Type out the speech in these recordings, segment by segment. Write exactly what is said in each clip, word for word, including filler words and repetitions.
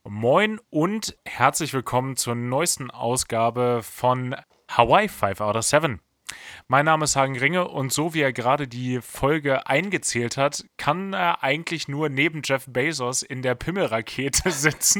Moin und herzlich willkommen zur neuesten Ausgabe von Hawaii five out of seven. Mein Name ist Hagen Ringe und so wie er gerade die Folge eingezählt hat, kann er eigentlich nur neben Jeff Bezos in der Pimmelrakete sitzen.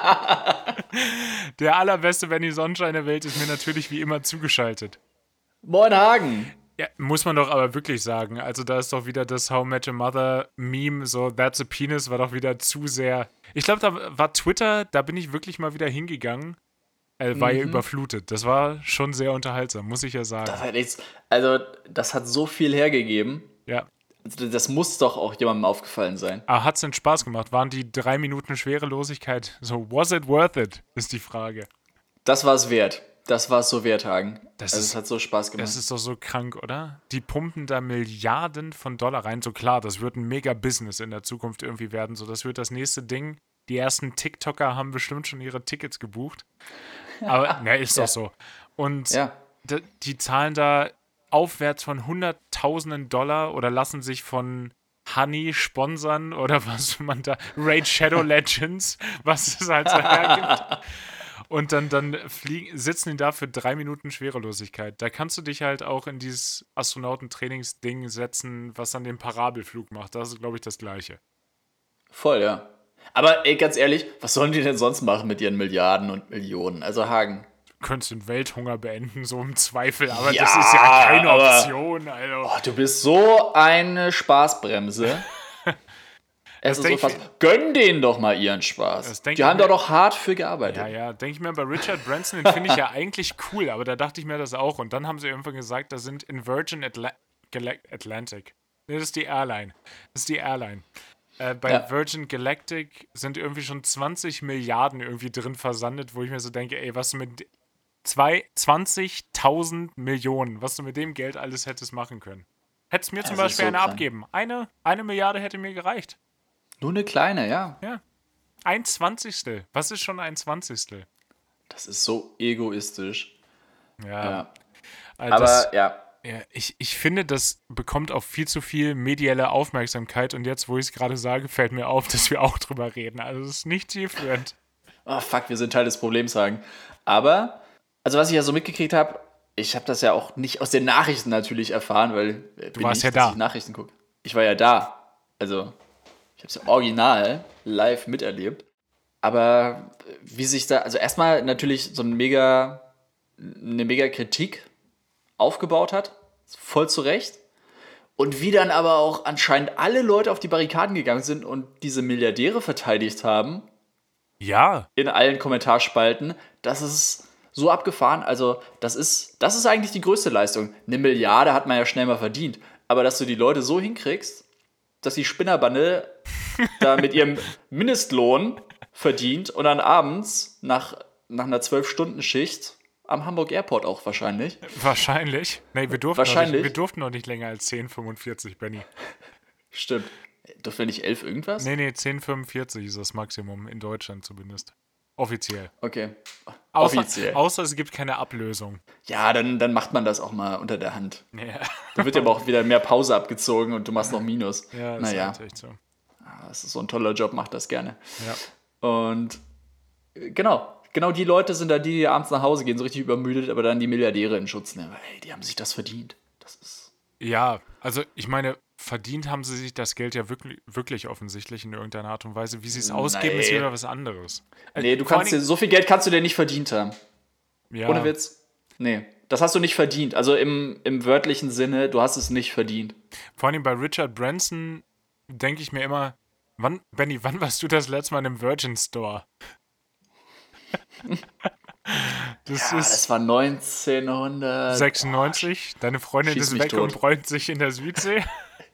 Der allerbeste Benny Sonnenschein der Welt ist mir natürlich wie immer zugeschaltet. Moin Hagen! Ja, muss man doch aber wirklich sagen. Also da ist doch wieder das How I Met Your Mother Meme, so That's a Penis, war doch wieder zu sehr. Ich glaube, da war Twitter, da bin ich wirklich mal wieder hingegangen. Äh, war Mhm. ja überflutet. Das war schon sehr unterhaltsam, muss ich ja sagen. Das hat nichts, also, das hat so viel hergegeben. Ja. Also, das muss doch auch jemandem aufgefallen sein. Aber hat es denn Spaß gemacht? Waren die drei Minuten Schwerelosigkeit so, was it worth it, ist die Frage. Das war es wert. Das war es so wert, Hagen. Das also, ist- es hat so Spaß gemacht. Das ist doch so krank, oder? Die pumpen da Milliarden von Dollar rein. So klar, das wird ein Mega-Business in der Zukunft irgendwie werden. So, das wird das nächste Ding. Die ersten TikToker haben bestimmt schon ihre Tickets gebucht. Aber, ne, ist Ja. doch so. Und ja. d- die zahlen da aufwärts von Hunderttausenden Dollar oder lassen sich von Honey sponsern oder was man da, Raid Shadow Legends, was es halt so hergibt. Und dann, dann fliegen, sitzen die da für drei Minuten Schwerelosigkeit. Da kannst du dich halt auch in dieses Astronautentrainingsding setzen, was dann den Parabelflug macht. Das ist, glaube ich, das Gleiche. Voll, ja. Aber ey, ganz ehrlich, was sollen die denn sonst machen mit ihren Milliarden und Millionen? Also, Hagen. Du könntest den Welthunger beenden, so im Zweifel, aber Ja, das ist ja keine aber- Option. Also. Oh, du bist so eine Spaßbremse. Es ist denk so ich- fast. Gönn denen doch mal ihren Spaß. Das denk Die ich haben mir- da doch hart für gearbeitet. Ja, ja, denke ich mir bei Richard Branson, den finde ich ja eigentlich cool, aber da dachte ich mir das auch. Und dann haben sie irgendwann gesagt, da sind in Virgin Atla Gala Atlantic. Nee, das ist die Airline. Das ist die Airline. Äh, bei Ja. Virgin Galactic sind irgendwie schon zwanzig Milliarden irgendwie drin versandet, wo ich mir so denke, ey, was du mit zwei, zwanzigtausend Millionen, was du mit dem Geld alles hättest machen können. Hättest mir zum Das ist Beispiel so eine krank. abgeben. Eine, eine Milliarde hätte mir gereicht. Nur eine kleine, ja. Ja. Ein Zwanzigstel. Was ist schon ein Zwanzigstel? Das ist so egoistisch. Ja. Ja. Also Aber das, ja, ja, ich, ich finde, das bekommt auch viel zu viel medielle Aufmerksamkeit und jetzt, wo ich es gerade sage, fällt mir auf, dass wir auch drüber reden. Also es ist nicht zielführend. oh fuck, wir sind Teil des Problems, Hagen. Aber, also was ich ja so mitgekriegt habe, ich habe das ja auch nicht aus den Nachrichten natürlich erfahren, weil äh, bin warst nicht, ja dass da. ich Nachrichten gucke. Ich war ja da. Also, ich habe es ja original live miterlebt. Aber äh, wie sich da, also erstmal natürlich so ein mega, eine mega Kritik aufgebaut hat, voll zu Recht. Und wie dann aber auch anscheinend alle Leute auf die Barrikaden gegangen sind und diese Milliardäre verteidigt haben, Ja, in allen Kommentarspalten, das ist so abgefahren. Also, das ist, das ist eigentlich die größte Leistung. Eine Milliarde hat man ja schnell mal verdient. Aber dass du die Leute so hinkriegst, dass die Spinnerbande da mit ihrem Mindestlohn verdient und dann abends nach, nach einer zwölf-Stunden-Schicht am Hamburg Airport auch wahrscheinlich. wahrscheinlich. Nee, wir durften, Wahrscheinlich. Noch nicht, wir durften noch nicht länger als zehn Komma fünfundvierzig, Benny. Stimmt. Dürfen wir nicht elf irgendwas? Nee, nee, zehn Komma fünfundvierzig ist das Maximum, in Deutschland zumindest. Offiziell. Okay. Außer, Offiziell. außer es gibt keine Ablösung. Ja, dann, dann macht man das auch mal unter der Hand. Ja, Da wird ja aber auch wieder mehr Pause abgezogen und du machst noch Minus. ja ist naja. halt echt so. Das ist so ein toller Job, macht das gerne. Ja. Und äh, genau, genau die Leute sind da die, die abends nach Hause gehen, so richtig übermüdet, aber dann die Milliardäre in Schutz nehmen. Hey, die haben sich das verdient. Das ist. Ja, also ich meine, verdient haben sie sich das Geld ja wirklich, wirklich offensichtlich in irgendeiner Art und Weise. Wie sie es ausgeben, ist Nee. wieder was anderes. Äh, Nee, du vor kannst dir, allen so viel Geld kannst du dir nicht verdient haben. Dingen- ja, Ohne Witz. Nee, das hast du nicht verdient. Also im, im wörtlichen Sinne, du hast es nicht verdient. vor allem bei Richard Branson denke ich mir immer, wann, Benny, wann warst du das letzte Mal in einem Virgin Store? Das Ja, ist das war neunzehnhundert. sechsundneunzig. Deine Freundin Schieß ist mich weg tot. und bräunt sich in der Südsee.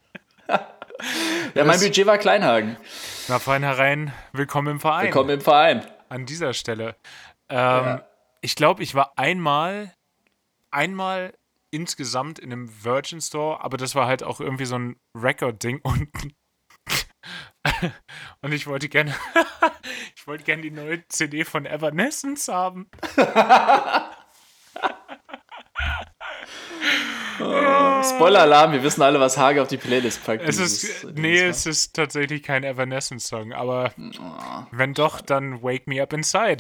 Ja, mein Budget war Kleinhagen. Na, fein herein, willkommen im Verein. Willkommen im Verein. An dieser Stelle. Ähm, Ja. Ich glaube, ich war einmal, einmal insgesamt in einem Virgin Store, aber das war halt auch irgendwie so ein Record-Ding unten. Und ich wollte gerne, ich wollte gerne die neue C D von Evanescence haben. Spoiler-Alarm, wir wissen alle, was Hage auf die Playlist packt. Es dieses, ist, dieses nee, Mal. es ist tatsächlich kein Evanescence-Song, aber Oh, wenn doch, dann Wake Me Up Inside.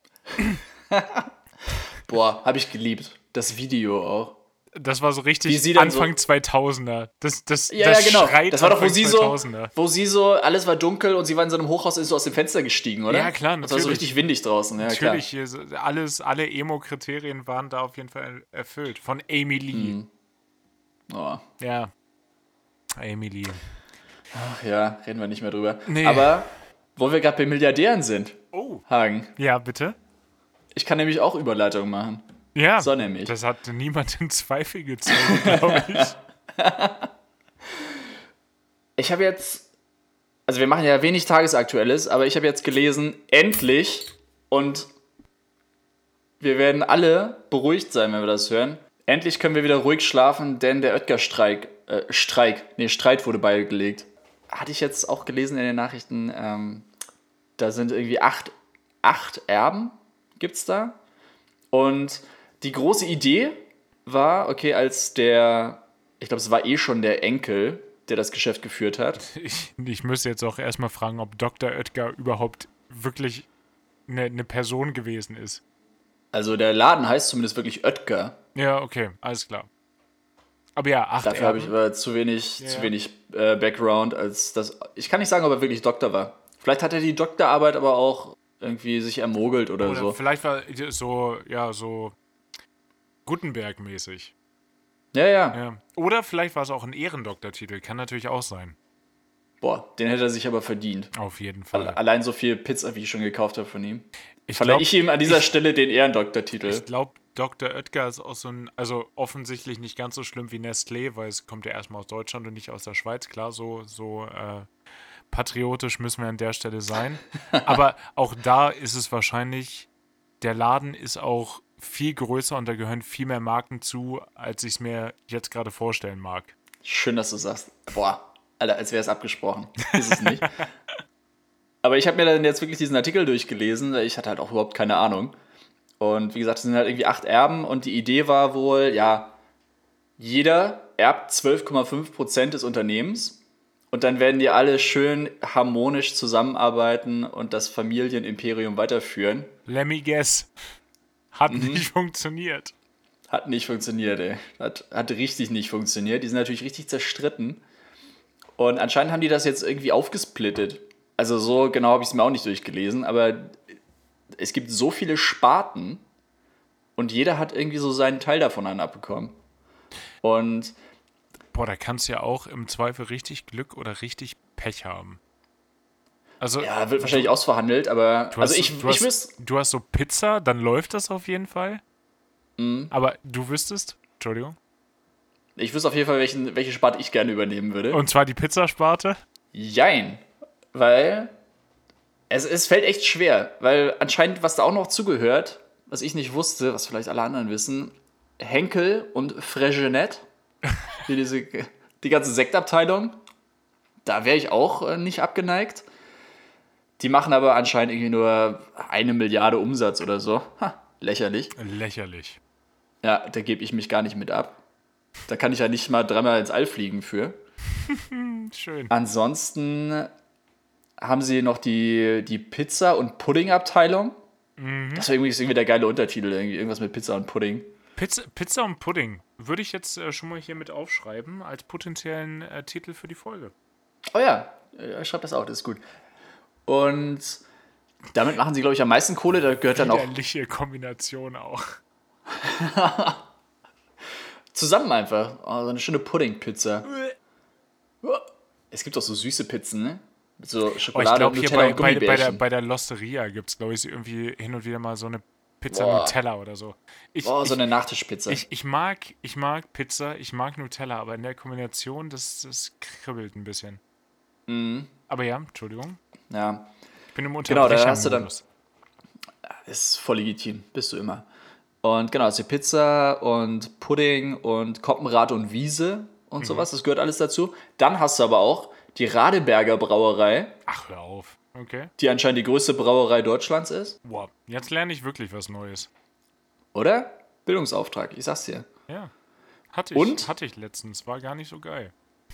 boah, hab ich geliebt. Das Video auch. Das war so Wie richtig sie dann Anfang so- zweitausender. Das, das, Ja, das ja, genau. schreit Das war doch, wo Anfang sie so, zweitausender. wo sie so, alles war dunkel und sie war in so einem Hochhaus und ist so aus dem Fenster gestiegen, oder? Ja, klar, Das war so natürlich. richtig windig draußen, ja, Natürlich, hier so- alles, alle Emo-Kriterien waren da auf jeden Fall erfüllt. Von Amy Lee. klar. Oh. Ja. Amy Lee. Ach ja, reden wir nicht mehr drüber. Nee. Aber, wo wir gerade bei Milliardären sind, Oh. Hagen, Ja, bitte? ich kann nämlich auch Überleitung machen. Ja. So nämlich. Das hat niemand in Zweifel gezogen, glaube ich. Ich habe jetzt, also wir machen ja wenig Tagesaktuelles, aber ich habe jetzt gelesen, endlich, und wir werden alle beruhigt sein, wenn wir das hören, endlich können wir wieder ruhig schlafen, denn der Oetker-Streik, äh, Streik, nee, Streit wurde beigelegt. Hatte ich jetzt auch gelesen in den Nachrichten, ähm, da sind irgendwie acht, acht Erben, gibt's da. Und die große Idee war, okay, als der, ich glaube, es war eh schon der Enkel, der das Geschäft geführt hat. Ich, ich müsste jetzt auch erstmal fragen, ob Doktor Oetker überhaupt wirklich eine, eine Person gewesen ist. Also der Laden heißt zumindest wirklich Oetker. Ja, okay, alles klar. Aber ja, acht Dafür habe ich Erben. aber zu wenig, Ja, zu ja. wenig äh, Background, als das. Ich kann nicht sagen, ob er wirklich Doktor war. Vielleicht hat er die Doktorarbeit aber auch irgendwie sich ermogelt oder, Oder so. vielleicht war so, ja, so Gutenberg-mäßig. Ja, ja, Ja. Oder vielleicht war es auch ein Ehrendoktortitel, kann natürlich auch sein. Boah, den hätte er sich aber verdient. Auf jeden Fall. Allein so viel Pizza, wie ich schon gekauft habe von ihm. Ich Verleihe glaube, ich ihm an dieser Stelle den Ehrendoktortitel. ich glaub, Doktor Oetker ist auch so ein, also offensichtlich nicht ganz so schlimm wie Nestlé, weil es kommt ja erstmal aus Deutschland und nicht aus der Schweiz. Klar, so, so äh, patriotisch müssen wir an der Stelle sein. Aber auch da ist es wahrscheinlich, der Laden ist auch viel größer und da gehören viel mehr Marken zu, als ich es mir jetzt gerade vorstellen mag. Schön, dass du sagst. Boah, Alter, als wäre es abgesprochen. Ist es nicht. Aber ich habe mir dann jetzt wirklich diesen Artikel durchgelesen, weil ich hatte halt auch überhaupt keine Ahnung. Und wie gesagt, es sind halt irgendwie acht Erben und die Idee war wohl, ja, jeder erbt zwölf Komma fünf Prozent des Unternehmens und dann werden die alle schön harmonisch zusammenarbeiten und das Familienimperium weiterführen. Let me guess. Hat nicht funktioniert. Hat nicht funktioniert, ey. Hat, hat richtig nicht funktioniert. Die sind natürlich richtig zerstritten. Und anscheinend haben die das jetzt irgendwie aufgesplittet. Also so genau habe ich es mir auch nicht durchgelesen, aber es gibt so viele Sparten und jeder hat irgendwie so seinen Teil davon an abbekommen. Und Boah, da kannst du ja auch im Zweifel richtig Glück oder richtig Pech haben. Also, ja, wird wahrscheinlich ausverhandelt, aber du hast, also ich, du, ich hast, wüsste, du hast so Pizza, dann läuft das auf jeden Fall. Aber du wüsstest, Entschuldigung. ich wüsste auf jeden Fall, welchen, welche Sparte ich gerne übernehmen würde. Und zwar die Pizzasparte. Jein, weil es, es fällt echt schwer, weil anscheinend, was da auch noch zugehört, was ich nicht wusste, was vielleicht alle anderen wissen, Henkel und Fregenet, wie diese, die ganze Sektabteilung, da wäre ich auch äh, nicht abgeneigt. Die machen aber anscheinend irgendwie nur eine Milliarde Umsatz oder so. Ha, lächerlich. Lächerlich. Ja, da gebe ich mich gar nicht mit ab. Da kann ich ja nicht mal dreimal ins All fliegen für. Schön. Ansonsten haben sie noch die, die Pizza- und Pudding-Abteilung. Das war irgendwie, ist irgendwie der geile Untertitel, irgendwie irgendwas mit Pizza und Pudding. Pizza, Pizza und Pudding würde ich jetzt äh, schon mal hier mit aufschreiben als potenziellen äh, Titel für die Folge. Oh ja, ich schreibe das auch, das ist gut. Und damit machen sie, glaube ich, am meisten Kohle. Da gehört dann auch Widerliche Kombination auch. zusammen einfach. Oh, so eine schöne Pudding-Pizza. Es gibt auch so süße Pizzen, ne? Mit so Oh, ich Schokolade, glaube, hier Nutella bei, und bei, bei, der, Gummibärchen. bei der Losteria gibt es, glaube ich, irgendwie hin und wieder mal so eine Pizza Boah. Nutella oder so. Ich, Oh, so ich, eine Nachtischpizza. ich, ich, mag, ich mag Pizza, ich mag Nutella, aber in der Kombination, das, das kribbelt ein bisschen. Mhm. Aber ja, Entschuldigung. Ja, Ich bin im Genau, da hast du dann- Unterbrechermodus. ist voll legitim. Bist du immer. Und genau, also Pizza und Pudding und Koppenrad und Wiese und sowas. Das gehört alles dazu. Dann hast du aber auch die Radeberger Brauerei, Ach, hör auf. Okay. die anscheinend die größte Brauerei Deutschlands ist. Wow. Jetzt lerne ich wirklich was Neues. Oder? Bildungsauftrag, ich sag's dir. Ja. Hatte ich, Und? hatte ich letztens. War gar nicht so geil.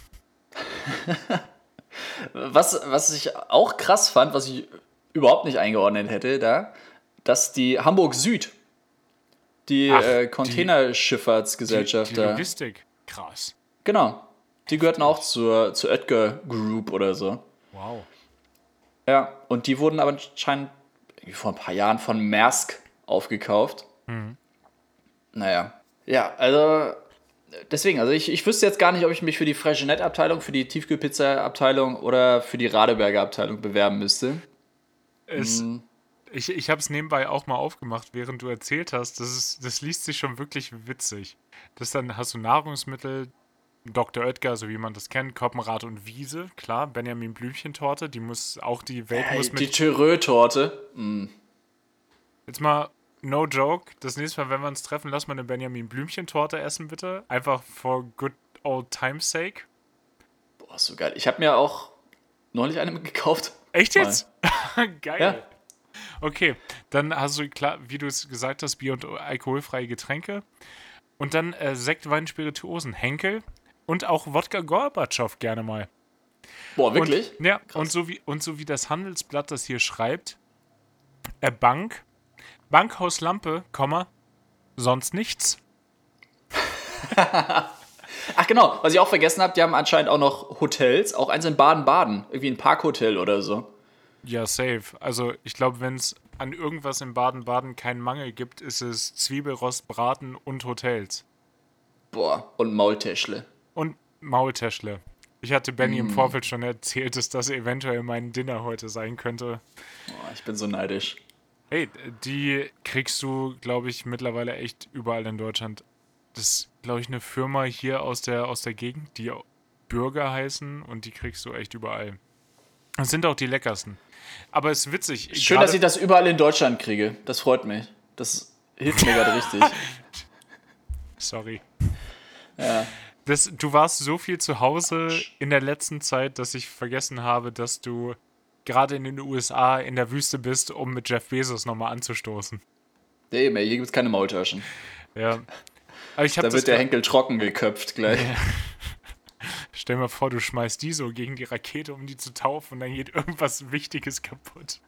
Was, was ich auch krass fand, was ich überhaupt nicht eingeordnet hätte, da, dass die Hamburg Süd, die Ach, äh, die, Containerschifffahrtsgesellschaft die da, Logistik. Krass. genau, die gehörten auch Heftig. zur, zur Oetker Group oder so. Wow. Ja, und die wurden aber anscheinend irgendwie vor ein paar Jahren von Maersk aufgekauft. Mhm. Naja, ja, also deswegen, also ich, ich wüsste jetzt gar nicht, ob ich mich für die Freixenet-Abteilung, für die Tiefkühlpizza-Abteilung oder für die Radeberger Abteilung bewerben müsste. Es, ich ich habe es nebenbei auch mal aufgemacht, während du erzählt hast. Das, ist, das liest sich schon wirklich witzig. Das dann hast du Nahrungsmittel, Doktor Oetker, so wie man das kennt, Koppenrad und Wiese, klar, Benjamin Blümchentorte, die muss, auch die Welt Hey, muss die mit, Thürö-Torte. Mm. jetzt mal, no joke, das nächste Mal, wenn wir uns treffen, lass mal eine Benjamin Blümchentorte essen, bitte. Einfach for good old time's sake. Boah, so geil. Ich habe mir auch neulich eine gekauft. Echt Mal. jetzt? Geil. Ja. Okay, dann hast du, klar, wie du es gesagt hast, Bier- und alkoholfreie Getränke. Und dann äh, Sekt, Wein, Spirituosen, Henkel und auch Wodka Gorbatschow gerne mal. Boah, wirklich? Und, ja, Krass. und so, wie, und so wie das Handelsblatt das hier schreibt, äh, Bank, Bankhaus Lampe, Komma, sonst nichts. Ach genau, was ich auch vergessen habe, die haben anscheinend auch noch Hotels, auch eins in Baden-Baden, irgendwie ein Parkhotel oder so. Ja, safe. Also ich glaube, wenn es an irgendwas in Baden-Baden keinen Mangel gibt, ist es Zwiebelrost, Braten und Hotels. Boah, und Maultäschle. Und Maultäschle. Ich hatte Benny Mm. im Vorfeld schon erzählt, dass das eventuell mein Dinner heute sein könnte. Boah, ich bin so neidisch. Hey, die kriegst du, glaube ich, mittlerweile echt überall in Deutschland. Das ist, glaube ich, eine Firma hier aus der, aus der Gegend, die Bürger heißen und die kriegst du echt überall. Das sind auch die leckersten. Aber es ist witzig. Schön, gerade- dass ich das überall in Deutschland kriege. Das freut mich. Das hilft mir gerade richtig. Sorry. Ja. Das, du warst so viel zu Hause in der letzten Zeit, dass ich vergessen habe, dass du gerade in den U S A in der Wüste bist, um mit Jeff Bezos nochmal anzustoßen. Nee, eben, hier gibt es keine Maultaschen. Ja. Aber ich hab Da das wird der gra- Henkel trocken geköpft gleich. Stell dir mal vor, du schmeißt die so gegen die Rakete, um die zu taufen, und dann geht irgendwas Wichtiges kaputt.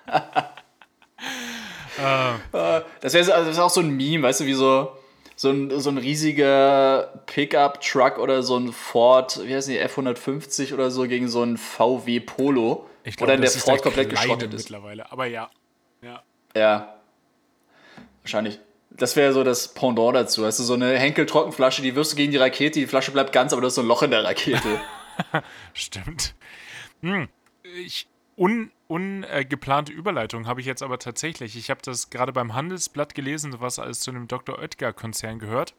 Das wäre so, also das ist auch so ein Meme, weißt du, wie so, so, ein, so ein riesiger Pickup-Truck oder so ein Ford, wie heißt die, F hundertfünfzig oder so, gegen so ein V W Polo, Ich wo dann der das ist Ford komplett Kleine geschrottet ist. mittlerweile. Aber ja. Ja. Ja. Wahrscheinlich. Das wäre so das Pendant dazu. Hast du so eine Henkel-Trockenflasche, die wirfst du gegen die Rakete, die Flasche bleibt ganz, aber du hast so ein Loch in der Rakete. Stimmt. Hm. Ich, un, ungeplante Überleitung habe ich jetzt aber tatsächlich. Ich habe das gerade beim Handelsblatt gelesen, was alles zu dem Doktor Oetker-Konzern gehört.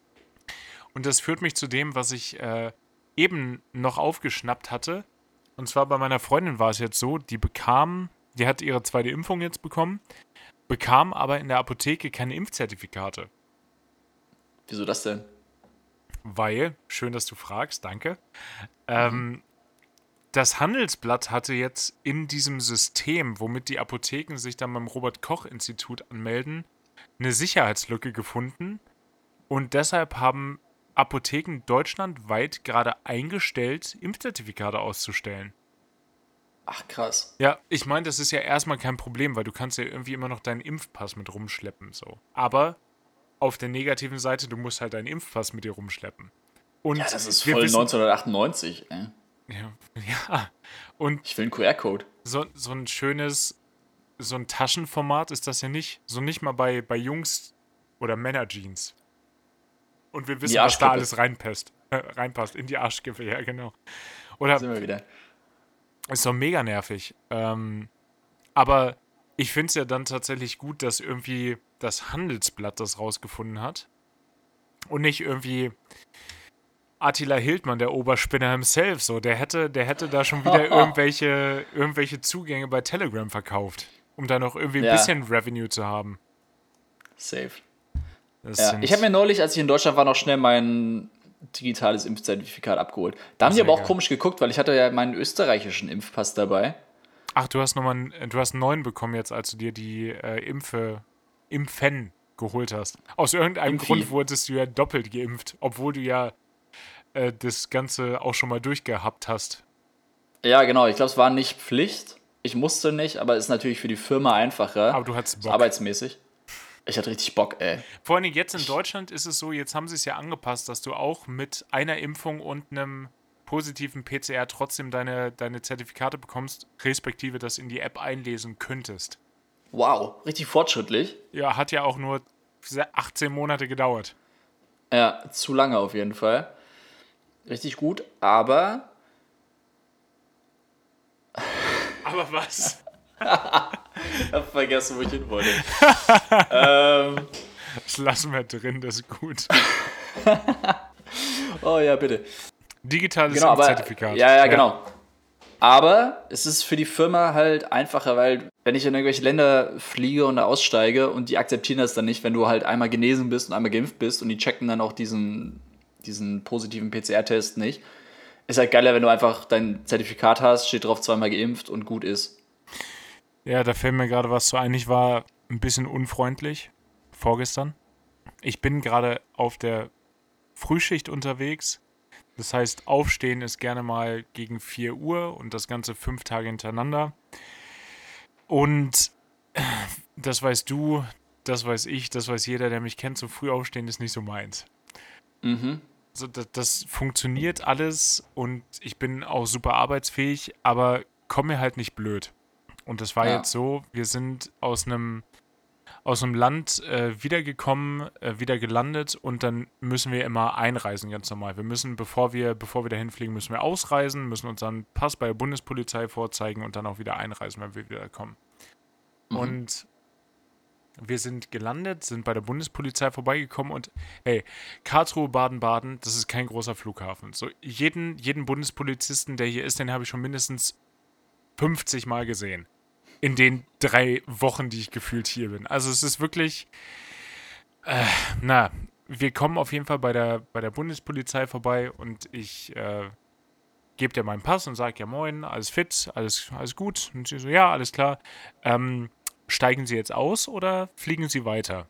Und das führt mich zu dem, was ich äh, eben noch aufgeschnappt hatte. Und zwar bei meiner Freundin war es jetzt so, die bekam, die hat ihre zweite Impfung jetzt bekommen, bekam aber in der Apotheke keine Impfzertifikate. Wieso das denn? Weil, schön, dass du fragst, danke. Ähm, das Handelsblatt hatte jetzt in diesem System, womit die Apotheken sich dann beim Robert-Koch-Institut anmelden, eine Sicherheitslücke gefunden. Und deshalb haben Apotheken deutschlandweit gerade eingestellt, Impfzertifikate auszustellen. Ach, krass. Ja, ich meine, das ist ja erstmal kein Problem, weil du kannst ja irgendwie immer noch deinen Impfpass mit rumschleppen, so. Aber auf der negativen Seite, du musst halt deinen Impfpass mit dir rumschleppen. Und Ja, das ist wir voll wissen- neunzehnhundertachtundneunzig. Ey. Ja, ja. Und Ich will einen Q R-Code. so, so ein schönes, so ein Taschenformat ist das ja nicht. So nicht mal bei, bei Jungs oder Männerjeans. Und wir wissen, Die was da Arschkippe. alles reinpasst. Äh, reinpasst. In die Arschkippe, ja, genau. Oder Sind wir wieder. ist doch mega nervig. Ähm, aber ich finde es ja dann tatsächlich gut, dass irgendwie das Handelsblatt das rausgefunden hat. Und nicht irgendwie Attila Hildmann, der Oberspinner himself, so. Der hätte, der hätte da schon wieder irgendwelche, irgendwelche Zugänge bei Telegram verkauft, um da noch irgendwie ein Ja. bisschen Revenue zu haben. Safe. Das Ja. sind- Ich habe mir neulich, als ich in Deutschland war, noch schnell mein digitales Impfzertifikat abgeholt. Da haben die Sehr aber auch geil. komisch geguckt, weil ich hatte ja meinen österreichischen Impfpass dabei. Ach, du hast nochmal einen, du hast einen neuen bekommen jetzt, als du dir die äh, Impfe, Impfen geholt hast. Aus irgendeinem Impfi. Grund wurdest du ja doppelt geimpft, obwohl du ja äh, das Ganze auch schon mal durchgehabt hast. Ja, genau. Ich glaube, es war nicht Pflicht. Ich musste nicht, aber ist natürlich für die Firma einfacher. Aber du hattest so Bock. arbeitsmäßig. Ich hatte richtig Bock, ey. Vor allem jetzt in Deutschland ist es so, jetzt haben sie es ja angepasst, dass du auch mit einer Impfung und einem positiven P C R trotzdem deine, deine Zertifikate bekommst, respektive das in die App einlesen könntest. Wow, richtig fortschrittlich. Ja, hat ja auch nur achtzehn Monate gedauert. Ja, zu lange auf jeden Fall. Richtig gut, aber Aber was? ich hab vergessen, wo ich hin wollte. ähm, Das lassen wir drin, das ist gut. oh ja, bitte. Digitales Genau, aber, Zertifikat. ja, ja, genau. Aber es ist für die Firma halt einfacher, weil wenn ich in irgendwelche Länder fliege und da aussteige und die akzeptieren das dann nicht, wenn du halt einmal genesen bist und einmal geimpft bist und die checken dann auch diesen, diesen positiven P C R-Test nicht, ist halt geiler, wenn du einfach dein Zertifikat hast, steht drauf zweimal geimpft und gut ist. Ja, da fällt mir gerade was zu ein. Ich war ein bisschen unfreundlich vorgestern. Ich bin gerade auf der Frühschicht unterwegs. Das heißt, aufstehen ist gerne mal gegen vier Uhr und das Ganze fünf Tage hintereinander. Und das weißt du, das weiß ich, das weiß jeder, der mich kennt. So früh aufstehen ist nicht so meins. Mhm. Also das, das funktioniert alles und ich bin auch super arbeitsfähig, aber komme mir halt nicht blöd. Und das war Ja. jetzt so, wir sind aus einem aus einem Land äh, wiedergekommen, äh, wieder gelandet und dann müssen wir immer einreisen, ganz normal. Wir müssen, bevor wir, bevor wir dahin fliegen, müssen wir ausreisen, müssen unseren Pass bei der Bundespolizei vorzeigen und dann auch wieder einreisen, wenn wir wieder kommen. Mhm. Und wir sind gelandet, sind bei der Bundespolizei vorbeigekommen und hey, Karlsruhe, Baden-Baden, das ist kein großer Flughafen. So jeden, jeden Bundespolizisten, der hier ist, den habe ich schon mindestens fünfzig Mal gesehen. In den drei Wochen, die ich gefühlt hier bin. Also es ist wirklich, äh, na, wir kommen auf jeden Fall bei der, bei der Bundespolizei vorbei und ich äh, gebe dir meinen Pass und sage, ja moin, alles fit, alles, alles gut. Und sie so, ja, alles klar. Ähm, steigen Sie jetzt aus oder fliegen Sie weiter?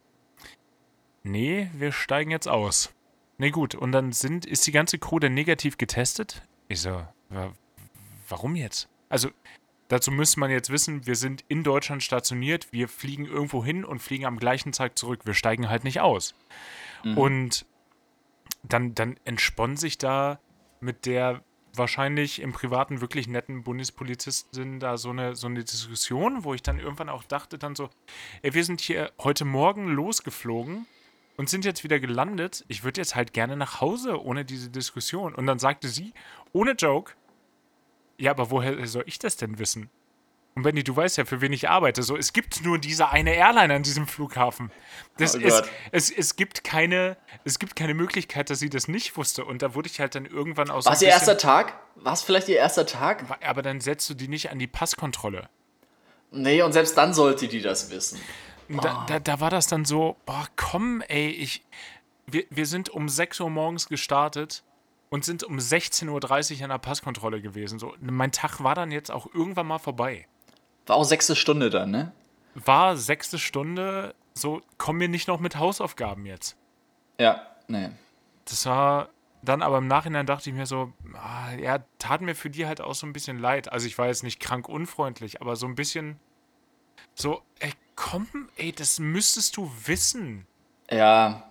Nee, wir steigen jetzt aus. Nee, gut. Und dann sind, ist die ganze Crew dann negativ getestet? Ich so, wa- warum jetzt? Also, dazu müsste man jetzt wissen, wir sind in Deutschland stationiert, wir fliegen irgendwo hin und fliegen am gleichen Tag zurück. Wir steigen halt nicht aus. Mhm. Und dann, dann entspann sich da mit der wahrscheinlich im Privaten wirklich netten Bundespolizistin da so eine, so eine Diskussion, wo ich dann irgendwann auch dachte dann so, ey, wir sind hier heute Morgen losgeflogen und sind jetzt wieder gelandet. Ich würde jetzt halt gerne nach Hause ohne diese Diskussion. Und dann sagte sie, ohne Joke, ja, aber woher soll ich das denn wissen? Und Benny, du weißt ja, für wen ich arbeite. So, es gibt nur diese eine Airline an diesem Flughafen. Das Oh ist, Gott. es, es, gibt keine, es gibt keine Möglichkeit, dass sie das nicht wusste. Und da wurde ich halt dann irgendwann aus. War es ihr erster Tag? War es vielleicht ihr erster Tag? Aber dann setzt du die nicht an die Passkontrolle. Nee, und selbst dann sollte die das wissen. Und Da, da, da war das dann so, boah, komm, ey, ich. Wir, wir sind um sechs Uhr morgens gestartet und sind um sechzehn Uhr dreißig an der Passkontrolle gewesen. So, mein Tag war dann jetzt auch irgendwann mal vorbei. War auch sechste Stunde dann, ne? War sechste Stunde, so, komm mir nicht noch mit Hausaufgaben jetzt. Ja, nee. Das war dann aber im Nachhinein dachte ich mir so, ah, ja, tat mir für die halt auch so ein bisschen leid. Also ich war jetzt nicht krank unfreundlich, aber so ein bisschen so, ey, komm, ey, das müsstest du wissen. Ja.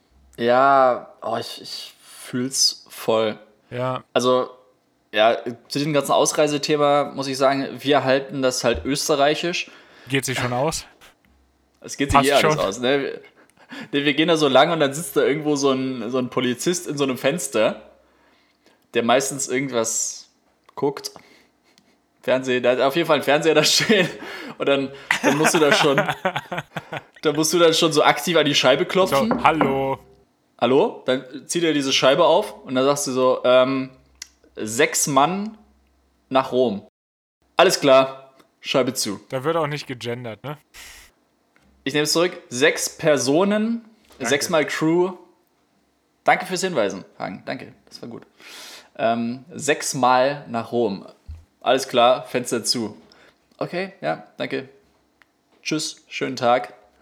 Ja, oh, ich, ich fühl's voll. Ja, Also, ja, zu diesem ganzen Ausreisethema muss ich sagen, wir halten das halt österreichisch. geht sich schon aus? Es geht sich Passt eh alles schon. aus, ne? Wir, ne, wir gehen da so lang und dann sitzt da irgendwo so ein, so ein Polizist in so einem Fenster, der meistens irgendwas guckt. Fernsehen, da hat auf jeden Fall ein Fernseher da stehen und dann, dann musst du da schon, dann musst du dann schon so aktiv an die Scheibe So, klopfen. hallo. Hallo? Dann zieht er diese Scheibe auf und dann sagst du so, ähm, sechs Mann nach Rom. Alles klar, Scheibe zu. Da wird auch nicht gegendert, ne? Ich nehme es zurück. Sechs Personen, sechsmal Crew. Danke fürs Hinweisen, Hagen. Danke, das war gut. Ähm, sechsmal nach Rom. Alles klar, Fenster zu. Okay, ja, danke. Tschüss, schönen Tag.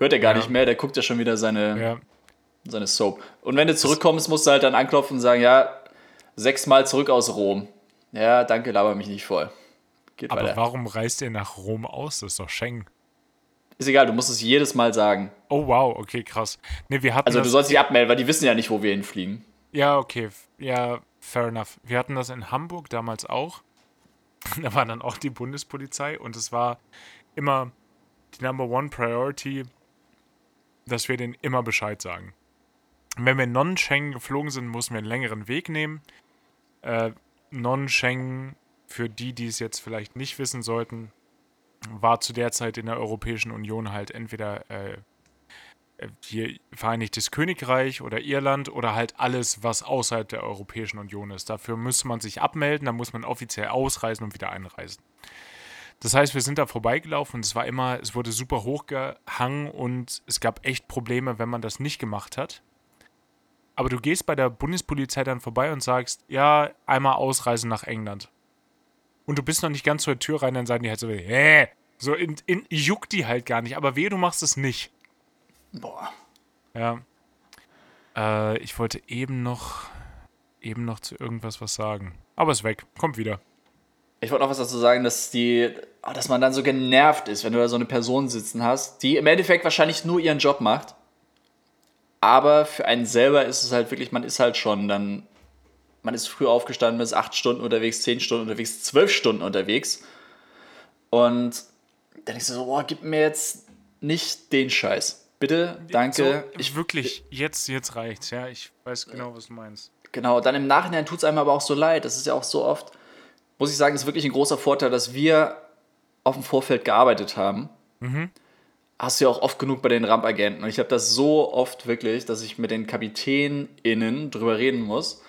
hört er gar Ja. nicht mehr, der guckt ja schon wieder seine, Ja. seine Soap. Und wenn du zurückkommst, musst du halt dann anklopfen und sagen, ja, sechsmal zurück aus Rom. Ja, danke, laber mich nicht voll. Geht Aber weiter. warum reist ihr nach Rom aus? Das ist doch Schengen. Ist egal, du musst es jedes Mal sagen. Oh, wow, okay, krass. Nee, wir hatten Also das, du sollst dich abmelden, weil die wissen ja nicht, wo wir hinfliegen. Ja, okay, f- ja, fair enough. Wir hatten das in Hamburg damals auch. Da war dann auch die Bundespolizei und es war immer die Number One Priority, dass wir denen immer Bescheid sagen. Wenn wir non-Schengen geflogen sind, mussten wir einen längeren Weg nehmen. Äh, non-Schengen, für die, die es jetzt vielleicht nicht wissen sollten, war zu der Zeit in der Europäischen Union halt entweder äh, äh, hier Vereinigtes Königreich oder Irland oder halt alles, was außerhalb der Europäischen Union ist. Dafür müsste man sich abmelden, dann muss man offiziell ausreisen und wieder einreisen. Das heißt, wir sind da vorbeigelaufen und es war immer, es wurde super hochgehangen und es gab echt Probleme, wenn man das nicht gemacht hat. Aber du gehst bei der Bundespolizei dann vorbei und sagst, ja, einmal ausreisen nach England. Und du bist noch nicht ganz zur Tür rein, dann sagen die halt so, hä? So in, in, juckt die halt gar nicht. Aber wehe, du machst es nicht. Boah. Ja. Äh, ich wollte eben noch, eben noch zu irgendwas was sagen. Aber ist weg. Kommt wieder. Ich wollte noch was dazu sagen, dass die, ah, dass man dann so genervt ist, wenn du da so eine Person sitzen hast, die im Endeffekt wahrscheinlich nur ihren Job macht. Aber für einen selber ist es halt wirklich, man ist halt schon dann, man ist früh aufgestanden, man ist acht Stunden unterwegs, zehn Stunden unterwegs, zwölf Stunden unterwegs. Und dann ist so, boah, gib mir jetzt nicht den Scheiß. Bitte, danke. So, ich wirklich, jetzt, jetzt reicht's. Ja, ich weiß genau, was du meinst. Genau, dann im Nachhinein tut es einem aber auch so leid. Das ist ja auch so oft, muss ich sagen, ist wirklich ein großer Vorteil, dass wir auf dem Vorfeld gearbeitet haben. Mhm. Hast du ja auch oft genug bei den Rampagenten. Und ich habe das so oft wirklich, dass ich mit den KapitänInnen drüber reden muss,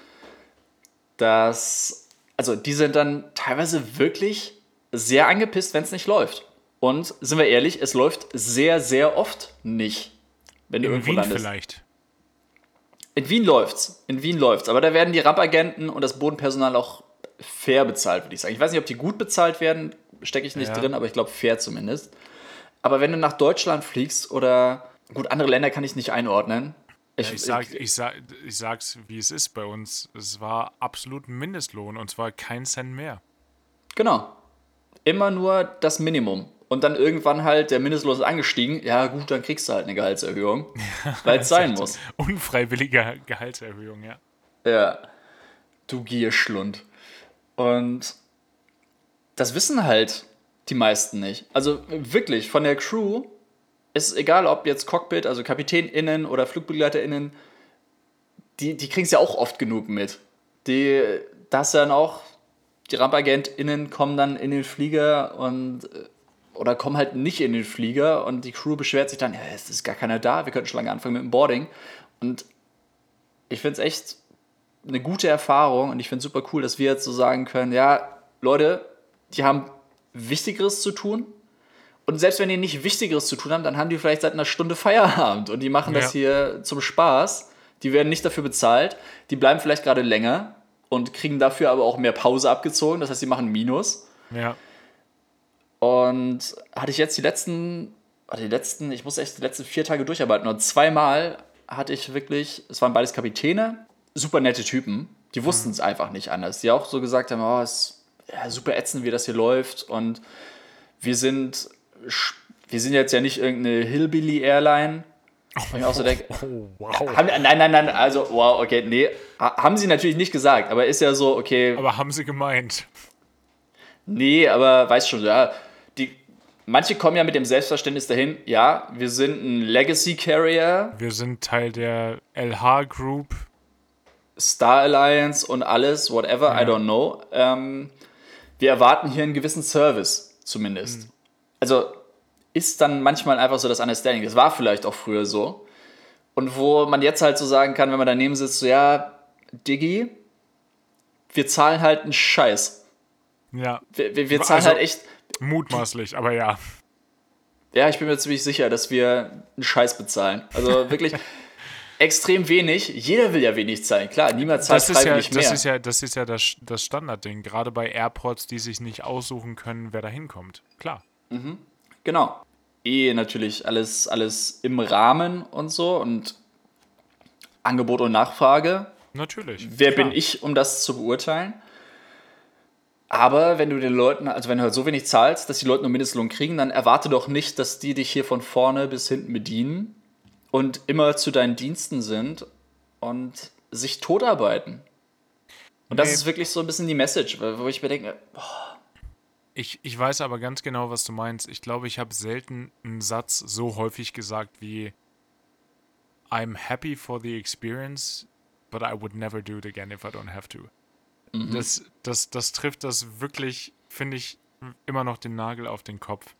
dass, also die sind dann teilweise wirklich sehr angepisst, wenn es nicht läuft. Und sind wir ehrlich, es läuft sehr, sehr oft nicht, wenn du In irgendwo Wien landest. vielleicht. In Wien läuft's. In Wien läuft's. Aber da werden die Rampagenten und das Bodenpersonal auch fair bezahlt, würde ich sagen. Ich weiß nicht, ob die gut bezahlt werden, stecke ich nicht Ja. drin, aber ich glaube fair zumindest. Aber wenn du nach Deutschland fliegst oder, gut, andere Länder kann ich nicht einordnen. Ich, Ja, ich, sag, ich, sag, ich sag's, wie es ist bei uns. Es war absolut ein Mindestlohn und zwar kein Cent mehr. Genau. Immer nur das Minimum. Und dann irgendwann halt, der Mindestlohn ist angestiegen. Ja gut, dann kriegst du halt eine Gehaltserhöhung, weil es sein muss. Unfreiwillige Gehaltserhöhung, ja. Ja, du Gierschlund. Und das wissen halt die meisten nicht. Also wirklich, von der Crew ist es egal, ob jetzt Cockpit, also KapitänInnen oder FlugbegleiterInnen, die, die kriegen es ja auch oft genug mit. Die, das dann auch, die RampagentInnen kommen dann in den Flieger und oder kommen halt nicht in den Flieger und die Crew beschwert sich dann, ja, es ist gar keiner da, wir könnten schon lange anfangen mit dem Boarding. Und ich finde es echt eine gute Erfahrung und ich finde es super cool, dass wir jetzt so sagen können, ja, Leute, die haben Wichtigeres zu tun und selbst wenn die nicht Wichtigeres zu tun haben, dann haben die vielleicht seit einer Stunde Feierabend und die machen das Ja. hier zum Spaß, die werden nicht dafür bezahlt, die bleiben vielleicht gerade länger und kriegen dafür aber auch mehr Pause abgezogen, das heißt, die machen Minus. Ja. Und hatte ich jetzt die letzten, die letzten, ich muss echt die letzten vier Tage durcharbeiten. Und zweimal hatte ich wirklich, es waren beides Kapitäne, super nette Typen. Die wussten es einfach nicht anders. Die auch so gesagt haben, oh, es ist ja, super ätzend, wie das hier läuft. Und wir sind, wir sind jetzt ja nicht irgendeine Hillbilly-Airline. Und ich auch so denke, Oh, wow. haben, nein, nein, nein, also, wow, okay, nee, ha- haben sie natürlich nicht gesagt, aber ist ja so, okay, Aber haben sie gemeint. nee, aber weißt schon, ja, die, manche kommen ja mit dem Selbstverständnis dahin, ja, wir sind ein Legacy Carrier, Wir sind Teil der L H Group. Star Alliance und alles, whatever, Ja. I don't know. Ähm, wir erwarten hier einen gewissen Service, zumindest. Also ist dann manchmal einfach so das Understanding. Das war vielleicht auch früher so. Und wo man jetzt halt so sagen kann, wenn man daneben sitzt, so, ja, Diggi, wir zahlen halt einen Scheiß. Ja, Wir, wir, wir zahlen Also- halt echt. mutmaßlich, aber ja. Ja, ich bin mir ziemlich sicher, dass wir einen Scheiß bezahlen. Also wirklich extrem wenig. Jeder will ja wenig zahlen. Klar, niemand zahlt Das ist ja, freiwillig das mehr. ist ja, das ist ja das, das Standardding. Gerade bei Airports, die sich nicht aussuchen können, wer da hinkommt. Klar. Genau. eh natürlich alles, alles im Rahmen und so und Angebot und Nachfrage. Natürlich. Wer klar. bin ich, um das zu beurteilen? Aber wenn du den Leuten, also wenn du halt so wenig zahlst, dass die Leute nur Mindestlohn kriegen, dann erwarte doch nicht, dass die dich hier von vorne bis hinten bedienen und immer zu deinen Diensten sind und sich totarbeiten. Und das Nee, ist wirklich so ein bisschen die Message, wo ich mir denke, boah, ich, ich weiß aber ganz genau, was du meinst. Ich glaube, ich habe selten einen Satz so häufig gesagt wie I'm happy for the experience, but I would never do it again if I don't have to. Das, das, das trifft das wirklich, finde ich, immer noch den Nagel auf den Kopf.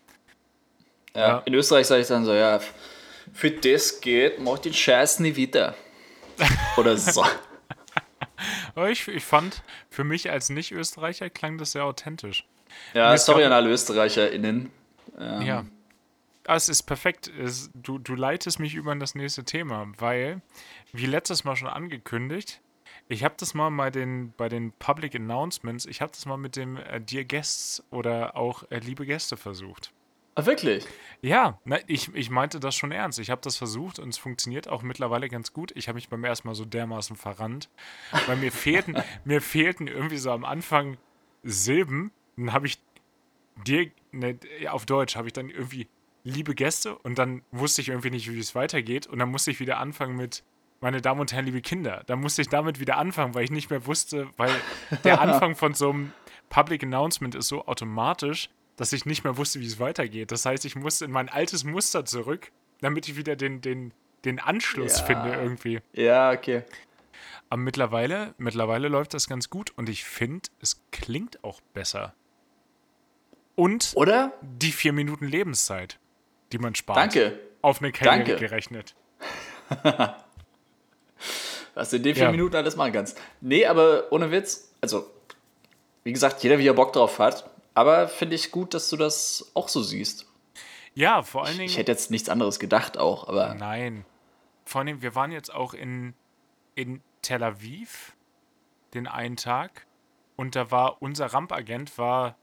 ja, Ja. in Österreich sage ich dann so, ja, für das geht, mach den Scheiß nie wieder. Oder so. Aber ich, ich fand, für mich als Nicht-Österreicher klang das sehr authentisch. Ja, Mir ist sorry grad- an alle ÖsterreicherInnen. Ja. Ah, es ist perfekt. Es, du, du leitest mich über in das nächste Thema, weil, wie letztes Mal schon angekündigt, ich habe das mal bei den, bei den Public Announcements, ich habe das mal mit dem äh, Dear Guests oder auch äh, liebe Gäste versucht. Ah, wirklich? Ja, na, ich, ich meinte das schon ernst. Ich habe das versucht und es funktioniert auch mittlerweile ganz gut. Ich habe mich beim ersten Mal so dermaßen verrannt, weil mir fehlten, mir fehlten irgendwie so am Anfang Silben. Dann habe ich dir, ne, auf Deutsch habe ich dann irgendwie liebe Gäste und dann wusste ich irgendwie nicht, wie es weitergeht und dann musste ich wieder anfangen mit meine Damen und Herren, liebe Kinder. Dann musste ich damit wieder anfangen, weil ich nicht mehr wusste, weil der Anfang von so einem Public Announcement ist so automatisch, dass ich nicht mehr wusste, wie es weitergeht. Das heißt, ich musste in mein altes Muster zurück, damit ich wieder den, den, den Anschluss Ja. finde irgendwie. Ja, okay. Aber mittlerweile, mittlerweile läuft das ganz gut und ich finde, es klingt auch besser. Und Oder? die vier Minuten Lebenszeit, die man spart. Danke. Auf eine Karriere Danke. gerechnet. Was du in den vier Ja. Minuten alles machen kannst. Nee, aber ohne Witz, also, wie gesagt, jeder, wie er Bock drauf hat. Aber finde ich gut, dass du das auch so siehst. Ja, vor allen Dingen. Ich hätte jetzt nichts anderes gedacht auch, aber Nein. Vor allem, wir waren jetzt auch in, in Tel Aviv den einen Tag und da war unser Rampagent war,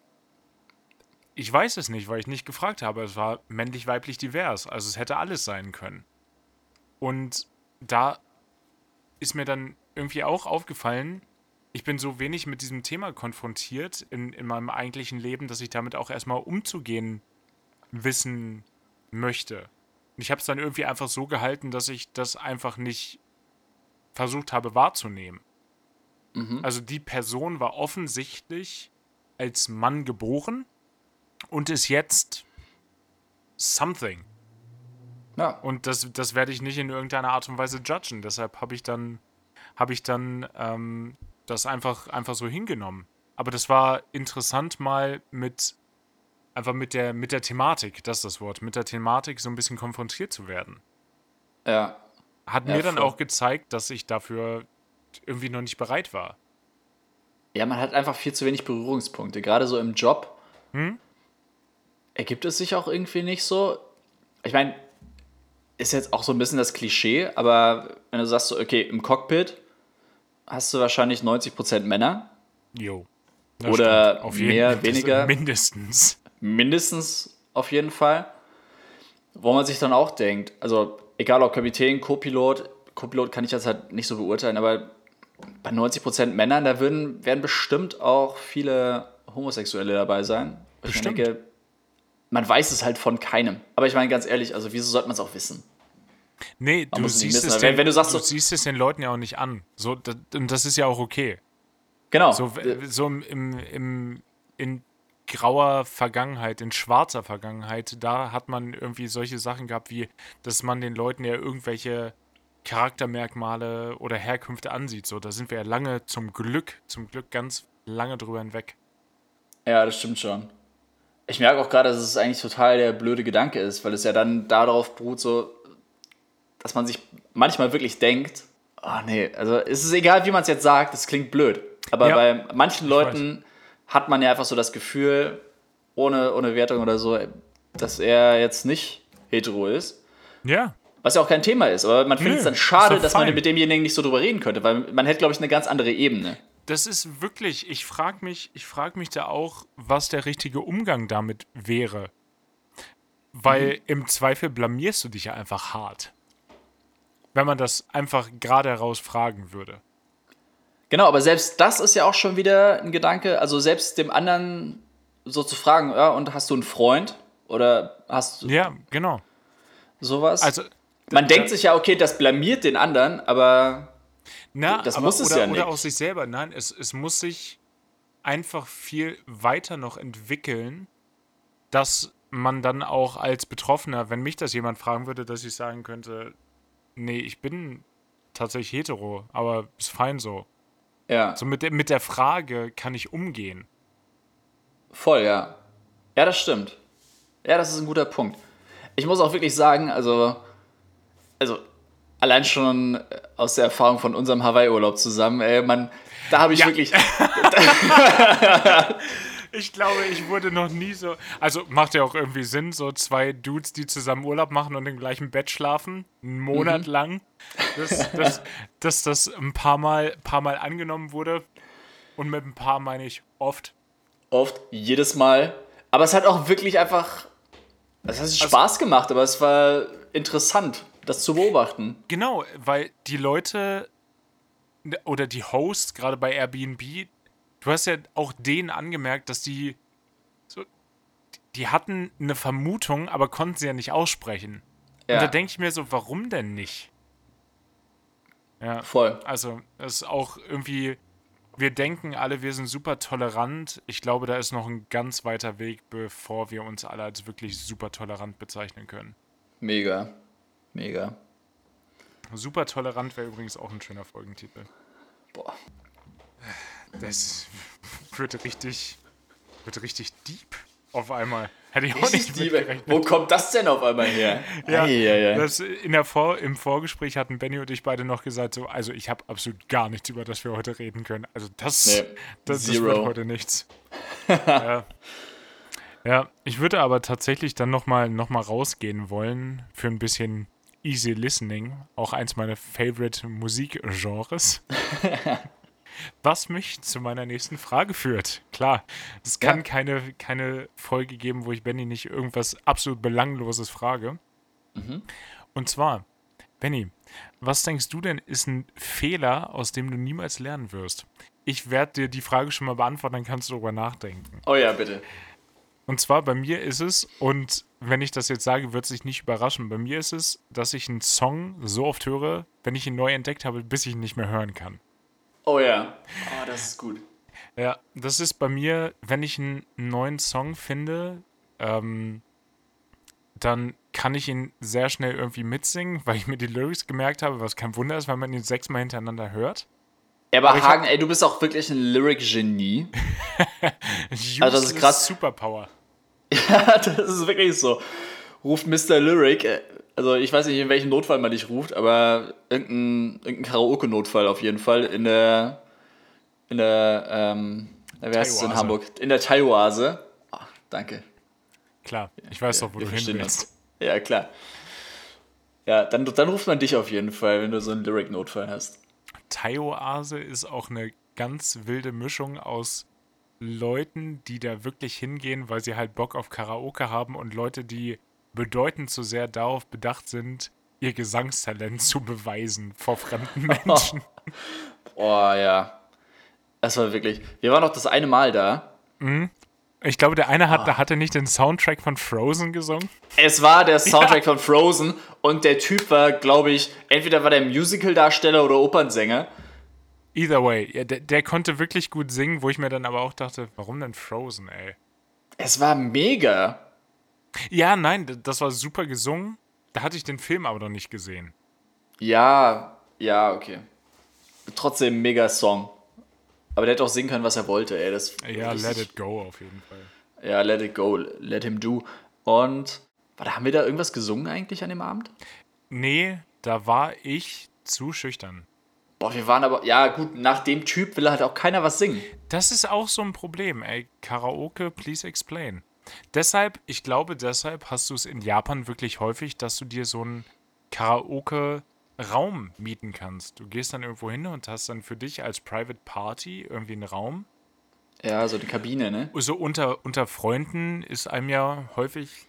ich weiß es nicht, weil ich nicht gefragt habe, es war männlich-weiblich divers, also es hätte alles sein können. Und da ist mir dann irgendwie auch aufgefallen, ich bin so wenig mit diesem Thema konfrontiert in, in meinem eigentlichen Leben, dass ich damit auch erstmal umzugehen wissen möchte. Und ich habe es dann irgendwie einfach so gehalten, dass ich das einfach nicht versucht habe wahrzunehmen. Also die Person war offensichtlich als Mann geboren und ist jetzt something. ja. Und das, das werde ich nicht in irgendeiner Art und Weise judgen. Deshalb habe ich dann, habe ich dann ähm, das einfach, einfach so hingenommen. Aber das war interessant mal mit einfach mit der, mit der Thematik, das ist das Wort, mit der Thematik so ein bisschen konfrontiert zu werden. Ja. Hat Ja, mir dann voll. auch gezeigt, dass ich dafür irgendwie noch nicht bereit war. Ja, man hat einfach viel zu wenig Berührungspunkte. Gerade so im Job Hm? ergibt es sich auch irgendwie nicht so. Ich meine, ist jetzt auch so ein bisschen das Klischee, aber wenn du sagst so, okay, im Cockpit hast du wahrscheinlich neunzig Prozent Männer, Jo. Oder stimmt. Auf mehr, das- weniger. Mindestens. mindestens auf jeden Fall. Wo man sich dann auch denkt, also egal ob Kapitän, Co-Pilot, Co-Pilot kann ich jetzt halt nicht so beurteilen, aber bei neunzig Prozent Männern, da würden, werden bestimmt auch viele Homosexuelle dabei sein. Ich Bestimmt. denke, man weiß es halt von keinem. Aber ich meine ganz ehrlich, also wieso sollte man es auch wissen? Nee, du muss es nicht siehst, wissen, es aber wenn- den, wenn du sagst du so- siehst es den Leuten ja auch nicht an. So, das, und das ist ja auch okay. Genau. So, w- so im, im, im, in grauer Vergangenheit, in schwarzer Vergangenheit, da hat man irgendwie solche Sachen gehabt, wie, dass man den Leuten ja irgendwelche Charaktermerkmale oder Herkünfte ansieht. So, da sind wir ja lange, zum Glück, zum Glück ganz lange drüber hinweg. Ja, das stimmt schon. Ich merke auch gerade, dass es eigentlich total der blöde Gedanke ist, weil es ja dann darauf beruht, so, dass man sich manchmal wirklich denkt, oh nee, also es ist egal, wie man es jetzt sagt, es klingt blöd. Aber Ja, bei manchen Leuten hat man ja einfach so das Gefühl, ohne, ohne Wertung oder so, dass er jetzt nicht hetero ist. Ja, Was ja auch kein Thema ist, aber man findet Nö, es dann schade, ist doch dass man fein. mit demjenigen nicht so drüber reden könnte, weil man hätte, glaube ich, eine ganz andere Ebene. das ist wirklich, ich frage mich, ich frage mich da auch, was der richtige Umgang damit wäre. Weil mhm. im Zweifel blamierst du dich ja einfach hart. Wenn man das einfach gerade heraus fragen würde. Genau, aber selbst das ist ja auch schon wieder ein Gedanke, also selbst dem anderen so zu fragen, ja, und hast du einen Freund? Oder hast du Ja, genau. sowas? Also, man da, denkt sich ja, okay, das blamiert den anderen, aber na, das aber, muss es oder, ja nicht. Oder auch sich selber. Nein, es, es muss sich einfach viel weiter noch entwickeln, dass man dann auch als Betroffener, wenn mich das jemand fragen würde, dass ich sagen könnte, nee, ich bin tatsächlich hetero, aber ist fein so. Ja. So mit der, mit der Frage kann ich umgehen. Voll, ja. Ja, das stimmt. Ja, das ist ein guter Punkt. Ich muss auch wirklich sagen, also, also allein schon aus der Erfahrung von unserem Hawaii-Urlaub zusammen, ey, man, da habe ich ja. wirklich... Ich glaube, ich wurde noch nie so... Also macht ja auch irgendwie Sinn, so zwei Dudes, die zusammen Urlaub machen und im gleichen Bett schlafen, einen Monat mhm. lang, dass, dass, dass das ein paar Mal, paar Mal angenommen wurde. Und mit ein paar meine ich oft. Oft, jedes Mal. Aber es hat auch wirklich einfach... Es hat Spaß also, gemacht, aber es war interessant, das zu beobachten. Genau, weil die Leute oder die Hosts, gerade bei Airbnb, du hast ja auch denen angemerkt, dass die so, die hatten eine Vermutung, aber konnten sie ja nicht aussprechen. Ja. Und da denke ich mir so, warum denn nicht? Ja, voll. Also, das ist auch irgendwie, wir denken alle, wir sind super tolerant. Ich glaube, da ist noch ein ganz weiter Weg, bevor wir uns alle als wirklich super tolerant bezeichnen können. Mega. Mega. Super tolerant wäre übrigens auch ein schöner Folgentitel. Boah. Das wird richtig, wird richtig deep auf einmal. Hätte ich auch richtig nicht deep. mitgerechnet. Wo kommt das denn auf einmal her? ja, ja, ja. Das in der Vor- Im Vorgespräch hatten Benny und ich beide noch gesagt, so, also ich habe absolut gar nichts, über das wir heute reden können. Also das, nee, das, das wird heute nichts. ja. ja, ich würde aber tatsächlich dann nochmal noch mal rausgehen wollen für ein bisschen Easy Listening, auch eins meiner Favorite Musikgenres. Was mich zu meiner nächsten Frage führt. Klar, es kann ja. keine, keine Folge geben, wo ich Benny nicht irgendwas absolut Belangloses frage. Mhm. Und zwar, Benny, was denkst du denn, ist ein Fehler, aus dem du niemals lernen wirst? Ich werde dir die Frage schon mal beantworten, dann kannst du darüber nachdenken. Oh ja, bitte. Und zwar bei mir ist es, und wenn ich das jetzt sage, wird es sich nicht überraschen, bei mir ist es, dass ich einen Song so oft höre, wenn ich ihn neu entdeckt habe, bis ich ihn nicht mehr hören kann. Oh ja, oh, das ist gut. Ja, das ist bei mir, wenn ich einen neuen Song finde, ähm, dann kann ich ihn sehr schnell irgendwie mitsingen, weil ich mir die Lyrics gemerkt habe, was kein Wunder ist, weil man ihn sechsmal hintereinander hört. Ja, aber, aber Hagen, hab... ey, du bist auch wirklich ein Lyric-Genie. Also das ist krass. Superpower. Ja, das ist wirklich so. Ruft Mister Lyric, also ich weiß nicht, in welchem Notfall man dich ruft, aber irgendein, irgendein Karaoke-Notfall auf jeden Fall in der, in der, ähm, wie heißt es in Hamburg? In der Thai-Oase. Oh, danke. Klar, ich weiß doch, wo ja, du hin willst. Uns. Ja, klar. Ja, dann, dann ruft man dich auf jeden Fall, wenn du so einen Lyric-Notfall hast. Thai-Oase ist auch eine ganz wilde Mischung aus Leuten, die da wirklich hingehen, weil sie halt Bock auf Karaoke haben und Leute, die bedeutend zu sehr darauf bedacht sind, ihr Gesangstalent zu beweisen vor fremden Menschen. Oh ja. Das war wirklich... Wir waren noch das eine Mal da. Mhm. Ich glaube, der eine hat, oh. hatte nicht den Soundtrack von Frozen gesungen. Es war der Soundtrack ja. von Frozen und der Typ war, glaube ich, entweder war der Musical-Darsteller oder Opernsänger. Either way. Ja, der, der konnte wirklich gut singen, wo ich mir dann aber auch dachte, warum denn Frozen, ey? Es war mega. Ja, nein, das war super gesungen. Da hatte ich den Film aber noch nicht gesehen. Ja, ja, okay. Trotzdem mega Song. Aber der hätte auch singen können, was er wollte, ey. Das ja, richtig... Let It Go auf jeden Fall. Ja, Let It Go, Let Him Do. Und, warte, haben wir da irgendwas gesungen eigentlich an dem Abend? Nee, da war ich zu schüchtern. Boah, wir waren aber, ja gut, nach dem Typ will halt auch keiner was singen. Das ist auch so ein Problem, ey. Karaoke, please explain. Deshalb, ich glaube, deshalb hast du es in Japan wirklich häufig, dass du dir so einen Karaoke-Raum mieten kannst. Du gehst dann irgendwo hin und hast dann für dich als Private Party irgendwie einen Raum. Ja, so eine Kabine, ne? So unter, unter Freunden ist einem ja häufig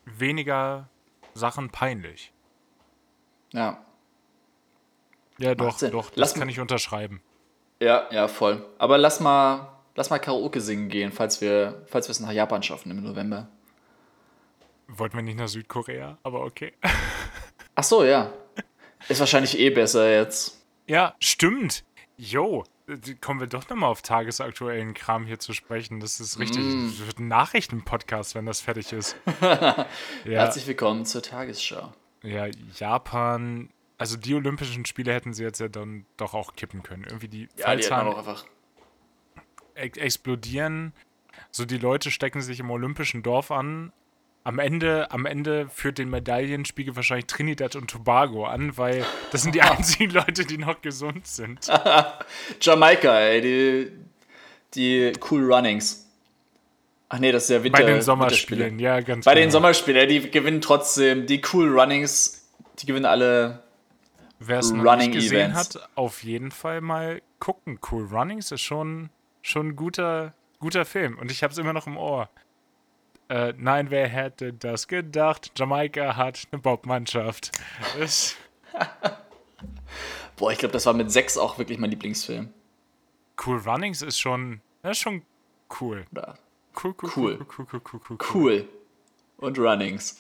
weniger Sachen peinlich. Ja. Ja, Macht doch, Sinn. doch, das Lass kann m- ich unterschreiben. Ja, ja, voll. Aber lass mal, lass mal Karaoke singen gehen, falls wir, falls wir es nach Japan schaffen im November. Wollten wir nicht nach Südkorea, aber okay. Ach so, ja. Ist wahrscheinlich eh besser jetzt. Ja, stimmt. Jo, äh, kommen wir doch nochmal auf tagesaktuellen Kram hier zu sprechen. Das ist richtig. Mm. Das wird ein Nachrichtenpodcast, wenn das fertig ist. Ja, Herzlich willkommen zur Tagesschau. ja, Japan. Also die Olympischen Spiele hätten sie jetzt ja dann doch auch kippen können. Irgendwie die Ja, die hätten Fallzahlen auch einfach. ex explodieren. So die Leute stecken sich im olympischen Dorf an. Am Ende, am Ende führt den Medaillenspiegel wahrscheinlich Trinidad und Tobago an, weil das sind die einzigen Leute, die noch gesund sind. Jamaika, ey, die, die Cool Runnings. Ach nee, das ist ja Winter. Bei den Winterspiele. Sommerspielen, ja, ganz Bei genau. den Sommerspielen, die gewinnen trotzdem. Die Cool Runnings, die gewinnen alle. Wer es noch Running nicht gesehen Events. hat, auf jeden Fall mal gucken. Cool Runnings ist schon, schon ein guter, guter Film. Und ich habe es immer noch im Ohr. Äh, nein, wer hätte das gedacht? Jamaika hat eine Bobmannschaft. Ist Boah, ich glaube, das war mit sechs auch wirklich mein Lieblingsfilm. Cool Runnings ist schon, das ist schon cool. Oder Cool, cool, Cool. cool, cool, cool, cool, cool, cool. cool. Und Runnings.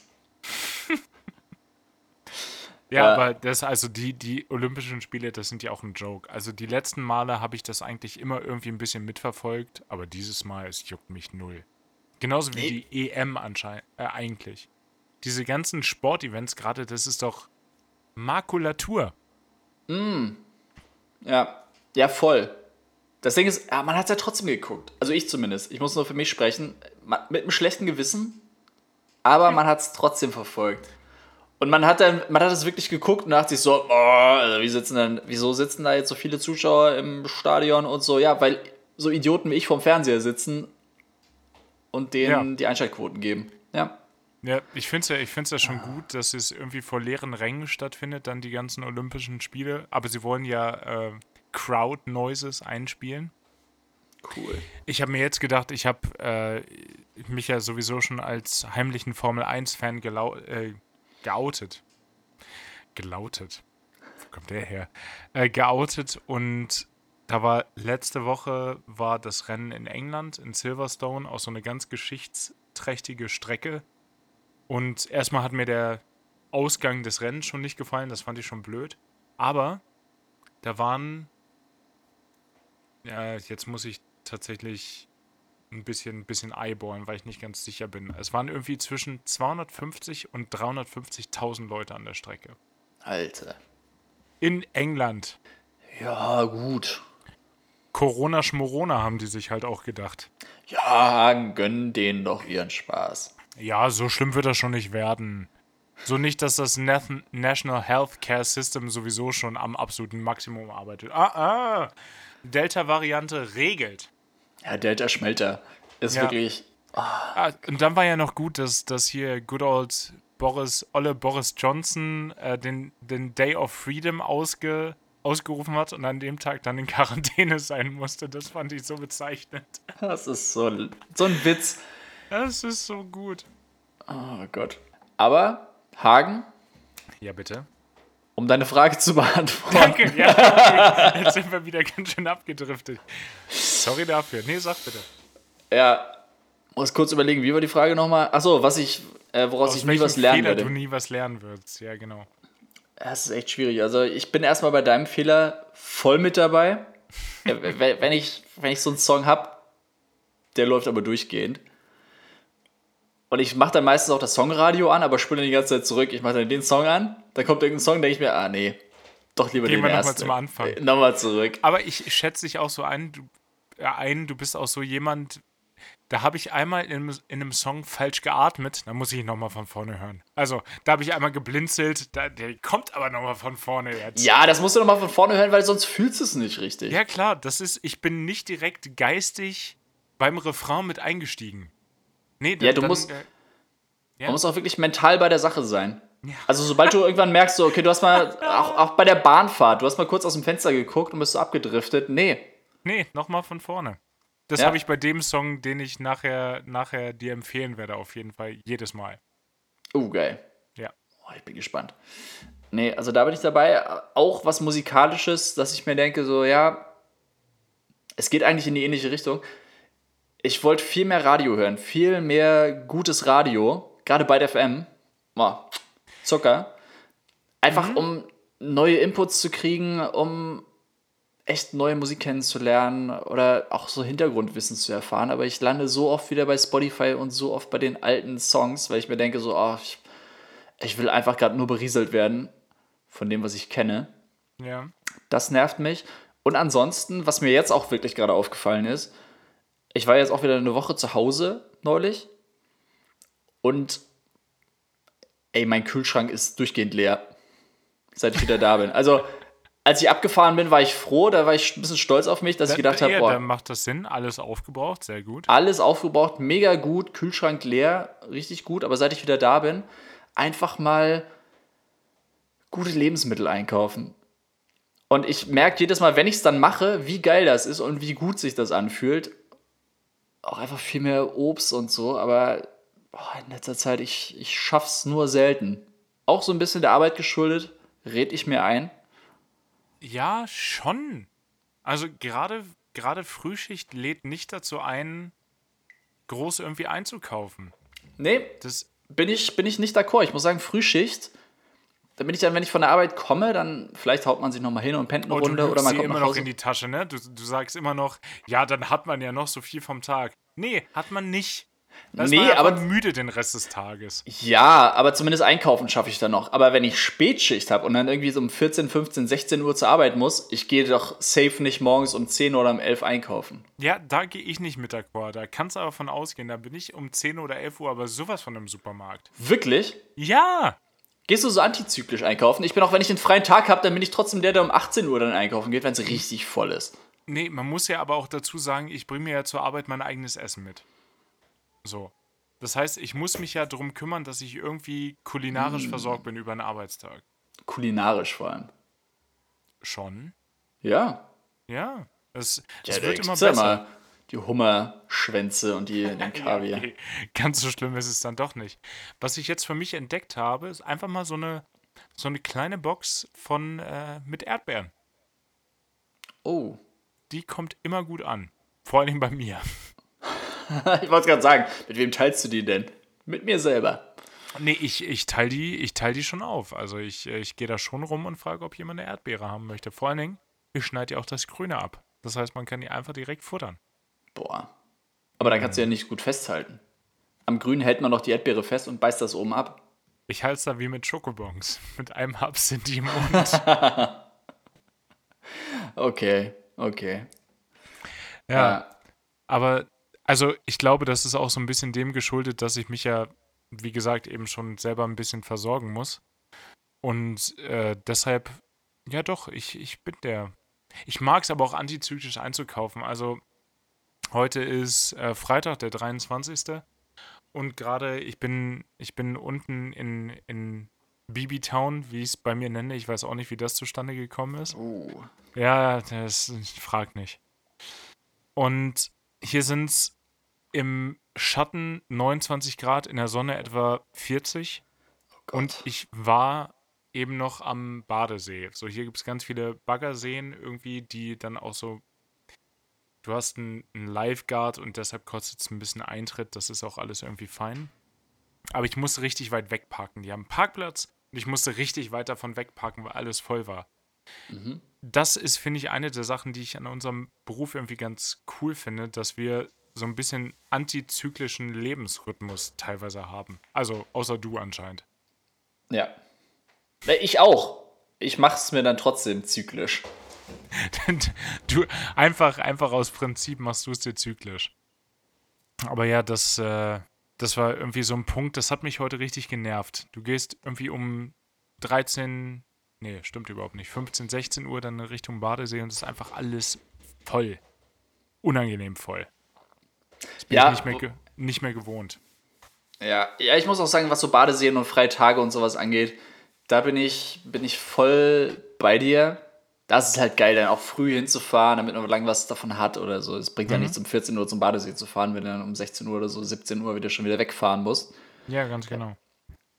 Ja, Ja. aber das, also die, die Olympischen Spiele, das sind ja auch ein Joke. Also die letzten Male habe ich das eigentlich immer irgendwie ein bisschen mitverfolgt, aber dieses Mal, es juckt mich null. Genauso wie Nee. die E M anscheinend, äh, eigentlich. Diese ganzen Sportevents gerade, das ist doch Makulatur. Ja, ja, voll. Das Ding ist, ja, man hat es ja trotzdem geguckt. Also ich zumindest. Ich muss nur für mich sprechen. Ma- Mit einem schlechten Gewissen, aber man hat es trotzdem verfolgt. Und man hat dann, man hat es wirklich geguckt und dachte sich so, oh, also wie sitzen denn, wieso sitzen da jetzt so viele Zuschauer im Stadion und so? Ja, weil so Idioten wie ich vorm Fernseher sitzen und denen Ja. die Einschaltquoten geben. Ja. Ja, ich finde es ja, ich find's ja schon gut, dass es irgendwie vor leeren Rängen stattfindet, dann die ganzen Olympischen Spiele. Aber sie wollen ja äh, Crowd Noises einspielen. Cool. Ich habe mir jetzt gedacht, ich habe äh, mich ja sowieso schon als heimlichen Formel eins Fan gelau äh, geoutet. Gelautet. Wo kommt der her? Äh, geoutet und da war letzte Woche war das Rennen in England, in Silverstone, auch so eine ganz geschichtsträchtige Strecke. Und erstmal hat mir der Ausgang des Rennens schon nicht gefallen, das fand ich schon blöd. Aber da waren, ja, jetzt muss ich tatsächlich ein bisschen, ein bisschen eyeballen, weil ich nicht ganz sicher bin. Es waren irgendwie zwischen zweihundertfünfzig und dreihundertfünfzigtausend Leute an der Strecke. Alter. In England. Ja, gut. Corona Schmorona haben die sich halt auch gedacht. Ja, gönn denen doch ihren Spaß. Ja, so schlimm wird das schon nicht werden. So nicht, dass das Nath- National Healthcare System sowieso schon am absoluten Maximum arbeitet. Ah, ah. Delta-Variante regelt. Ja, Delta Schmelter ist Ja. wirklich. Ah, und dann war ja noch gut, dass, dass hier good old Boris, Olle Boris Johnson äh, den, den Day of Freedom ausge, ausgerufen hat und an dem Tag dann in Quarantäne sein musste. Das fand ich so bezeichnend. Das ist so, so ein Witz. Das ist so gut. Oh Gott. Aber, Hagen, Ja, bitte. um deine Frage zu beantworten. Danke, ja, okay. Jetzt sind wir wieder ganz schön abgedriftet. Sorry dafür. Nee, sag bitte. Ja, muss kurz überlegen, wie war die Frage nochmal? Achso, was ich, äh, woraus Aus ich nie welchem was lernen Fehler werde. du nie was lernen würdest. Ja, genau. Das ist echt schwierig. Also ich bin erstmal bei deinem Fehler voll mit dabei. Ja, w- wenn, ich, wenn ich so einen Song habe, der läuft aber durchgehend. Und ich mache dann meistens auch das Songradio an, aber spule dann die ganze Zeit zurück. Ich mache dann den Song an, dann kommt irgendein Song, denke ich mir, ah nee, doch lieber Gehen den wir noch mal ersten. zum Anfang. Äh, Nochmal zurück. Aber ich schätze dich auch so ein, du, äh, ein, du bist auch so jemand, da habe ich einmal in, einem- in einem Song falsch geatmet, da muss ich ihn nochmal von vorne hören. Also, da habe ich einmal geblinzelt, da, der kommt aber nochmal von vorne jetzt. Ja, das musst du nochmal von vorne hören, weil sonst fühlst du es nicht richtig. Ja, klar, das ist, ich bin nicht direkt geistig beim Refrain mit eingestiegen. Nee, Ja, du musst- Äh, ja. Man muss auch wirklich mental bei der Sache sein. Also sobald du irgendwann merkst, so, okay, du hast mal, auch, auch bei der Bahnfahrt, du hast mal kurz aus dem Fenster geguckt und bist so abgedriftet. Nee. Nee, nochmal von vorne. Das Ja. habe ich bei dem Song, den ich nachher, nachher dir empfehlen werde, auf jeden Fall jedes Mal. Oh, geil. Ja. Oh, ich bin gespannt. Nee, also da bin ich dabei. Auch was Musikalisches, dass ich mir denke, so, ja, es geht eigentlich in die ähnliche Richtung. Ich wollte viel mehr Radio hören, viel mehr gutes Radio, gerade bei der F M. Oh, Zucker. Einfach Mhm. um neue Inputs zu kriegen, um echt neue Musik kennenzulernen oder auch so Hintergrundwissen zu erfahren. Aber ich lande so oft wieder bei Spotify und so oft bei den alten Songs, weil ich mir denke, so, oh, ich, ich will einfach gerade nur berieselt werden von dem, was ich kenne. Ja. Das nervt mich. Und ansonsten, was mir jetzt auch wirklich gerade aufgefallen ist, ich war jetzt auch wieder eine Woche zu Hause neulich und ey, mein Kühlschrank ist durchgehend leer, seit ich wieder da bin. Also, als ich abgefahren bin, war ich froh, da war ich ein bisschen stolz auf mich, dass ich gedacht habe, ja, boah, dann macht das Sinn. Alles aufgebraucht, sehr gut. alles aufgebraucht, mega gut, Kühlschrank leer, richtig gut. Aber seit ich wieder da bin, einfach mal gute Lebensmittel einkaufen. Und ich merke jedes Mal, wenn ich es dann mache, wie geil das ist und wie gut sich das anfühlt. Auch einfach viel mehr Obst und so, aber boah, in letzter Zeit, ich, ich schaff's nur selten. Auch so ein bisschen der Arbeit geschuldet, red ich mir ein. Ja, schon. Also gerade gerade Frühschicht lädt nicht dazu ein, groß irgendwie einzukaufen. Nee, Das, bin ich, bin ich nicht d'accord. Ich muss sagen, Frühschicht, da bin ich dann, wenn ich von der Arbeit komme, dann vielleicht haut man sich nochmal hin und pennt eine oh, du Runde oder lügst man sie kommt immer nach noch Hause. in die Tasche, ne? Du, du sagst immer noch, ja, dann hat man ja noch so viel vom Tag. Nee, hat man nicht. Da ist man Nee, einfach aber müde den Rest des Tages. ja, aber zumindest einkaufen schaffe ich dann noch. Aber wenn ich Spätschicht habe und dann irgendwie so um vierzehn, fünfzehn, sechzehn Uhr zur Arbeit muss, ich gehe doch safe nicht morgens um zehn oder um elf einkaufen. Ja, da gehe ich nicht mit d'accord. Da kannst du aber von ausgehen. Da bin ich um zehn oder elf Uhr aber sowas von im Supermarkt. Wirklich? Ja! Gehst du so antizyklisch einkaufen? Ich bin auch, wenn ich einen freien Tag habe, dann bin ich trotzdem der, der um achtzehn Uhr dann einkaufen geht, wenn es richtig voll ist. Nee, man muss ja aber auch dazu sagen, ich bringe mir ja zur Arbeit mein eigenes Essen mit. So. Das heißt, ich muss mich ja darum kümmern, dass ich irgendwie kulinarisch versorgt bin über einen Arbeitstag. Kulinarisch vor allem. Schon? Ja. Ja. Es, Ja, es da wird immer gibt's ja besser. immer die Hummerschwänze und die, den Kaviar. Okay. Ganz so schlimm ist es dann doch nicht. Was ich jetzt für mich entdeckt habe, ist einfach mal so eine, so eine kleine Box von äh, mit Erdbeeren. Oh. Die kommt immer gut an. Vor allem bei mir. Ich wollte gerade sagen, mit wem teilst du die denn? Mit mir selber. Nee, ich, ich teile die, ich teil die schon auf. Also ich, äh, ich gehe da schon rum und frage, ob jemand eine Erdbeere haben möchte. Vor allen Dingen, ich schneide ja auch das Grüne ab. Das heißt, man kann die einfach direkt futtern. Boah. Aber dann kannst du ja nicht gut festhalten. Am Grün hält man noch die Erdbeere fest und beißt das oben ab. Ich halte es da wie mit Schokobons. Mit einem Haps sind die im Mund. Okay, okay. Ja, Ja. aber also ich glaube, das ist auch so ein bisschen dem geschuldet, dass ich mich ja, wie gesagt, eben schon selber ein bisschen versorgen muss. Und äh, deshalb, ja doch, ich, ich bin der. Ich mag es aber auch antizyklisch einzukaufen. Also heute ist äh, Freitag, der dreiundzwanzigste. Und gerade ich bin, ich bin unten in, in B B Town, wie ich es bei mir nenne. Ich weiß auch nicht, wie das zustande gekommen ist. Uh. Ja, das ich frag nicht. Und hier sind es im Schatten neunundzwanzig Grad, in der Sonne etwa vierzig. Oh Gott. Und ich war eben noch am Badesee. So, hier gibt es ganz viele Baggerseen irgendwie, die dann auch so. Du hast einen, einen Lifeguard und deshalb kostet es ein bisschen Eintritt. Das ist auch alles irgendwie fein. Aber ich musste richtig weit wegparken. Die haben einen Parkplatz und ich musste richtig weit davon wegparken, weil alles voll war. Mhm. Das ist, finde ich, eine der Sachen, die ich an unserem Beruf irgendwie ganz cool finde, dass wir so ein bisschen antizyklischen Lebensrhythmus teilweise haben. Also, außer du anscheinend. Ja. Na, ich auch. Ich mach's mir dann trotzdem zyklisch. Du, einfach, einfach aus Prinzip machst du es dir zyklisch. Aber ja, das, äh, das war irgendwie so ein Punkt, das hat mich heute richtig genervt. Du gehst irgendwie um dreizehn, nee, stimmt überhaupt nicht, fünfzehn, sechzehn Uhr dann Richtung Badesee und es ist einfach alles voll. Unangenehm voll. Das bin Ja, ich nicht mehr, ge nicht mehr gewohnt. Ja, ja, ich muss auch sagen, was so Badeseen und Freitage und sowas angeht, da bin ich, bin ich voll bei dir. Das ist halt geil, dann auch früh hinzufahren, damit man lang was davon hat oder so. Es bringt ja Mhm. nichts, um vierzehn Uhr zum Badesee zu fahren, wenn du dann um sechzehn Uhr oder so siebzehn Uhr wieder schon wieder wegfahren musst. Ja, ganz genau.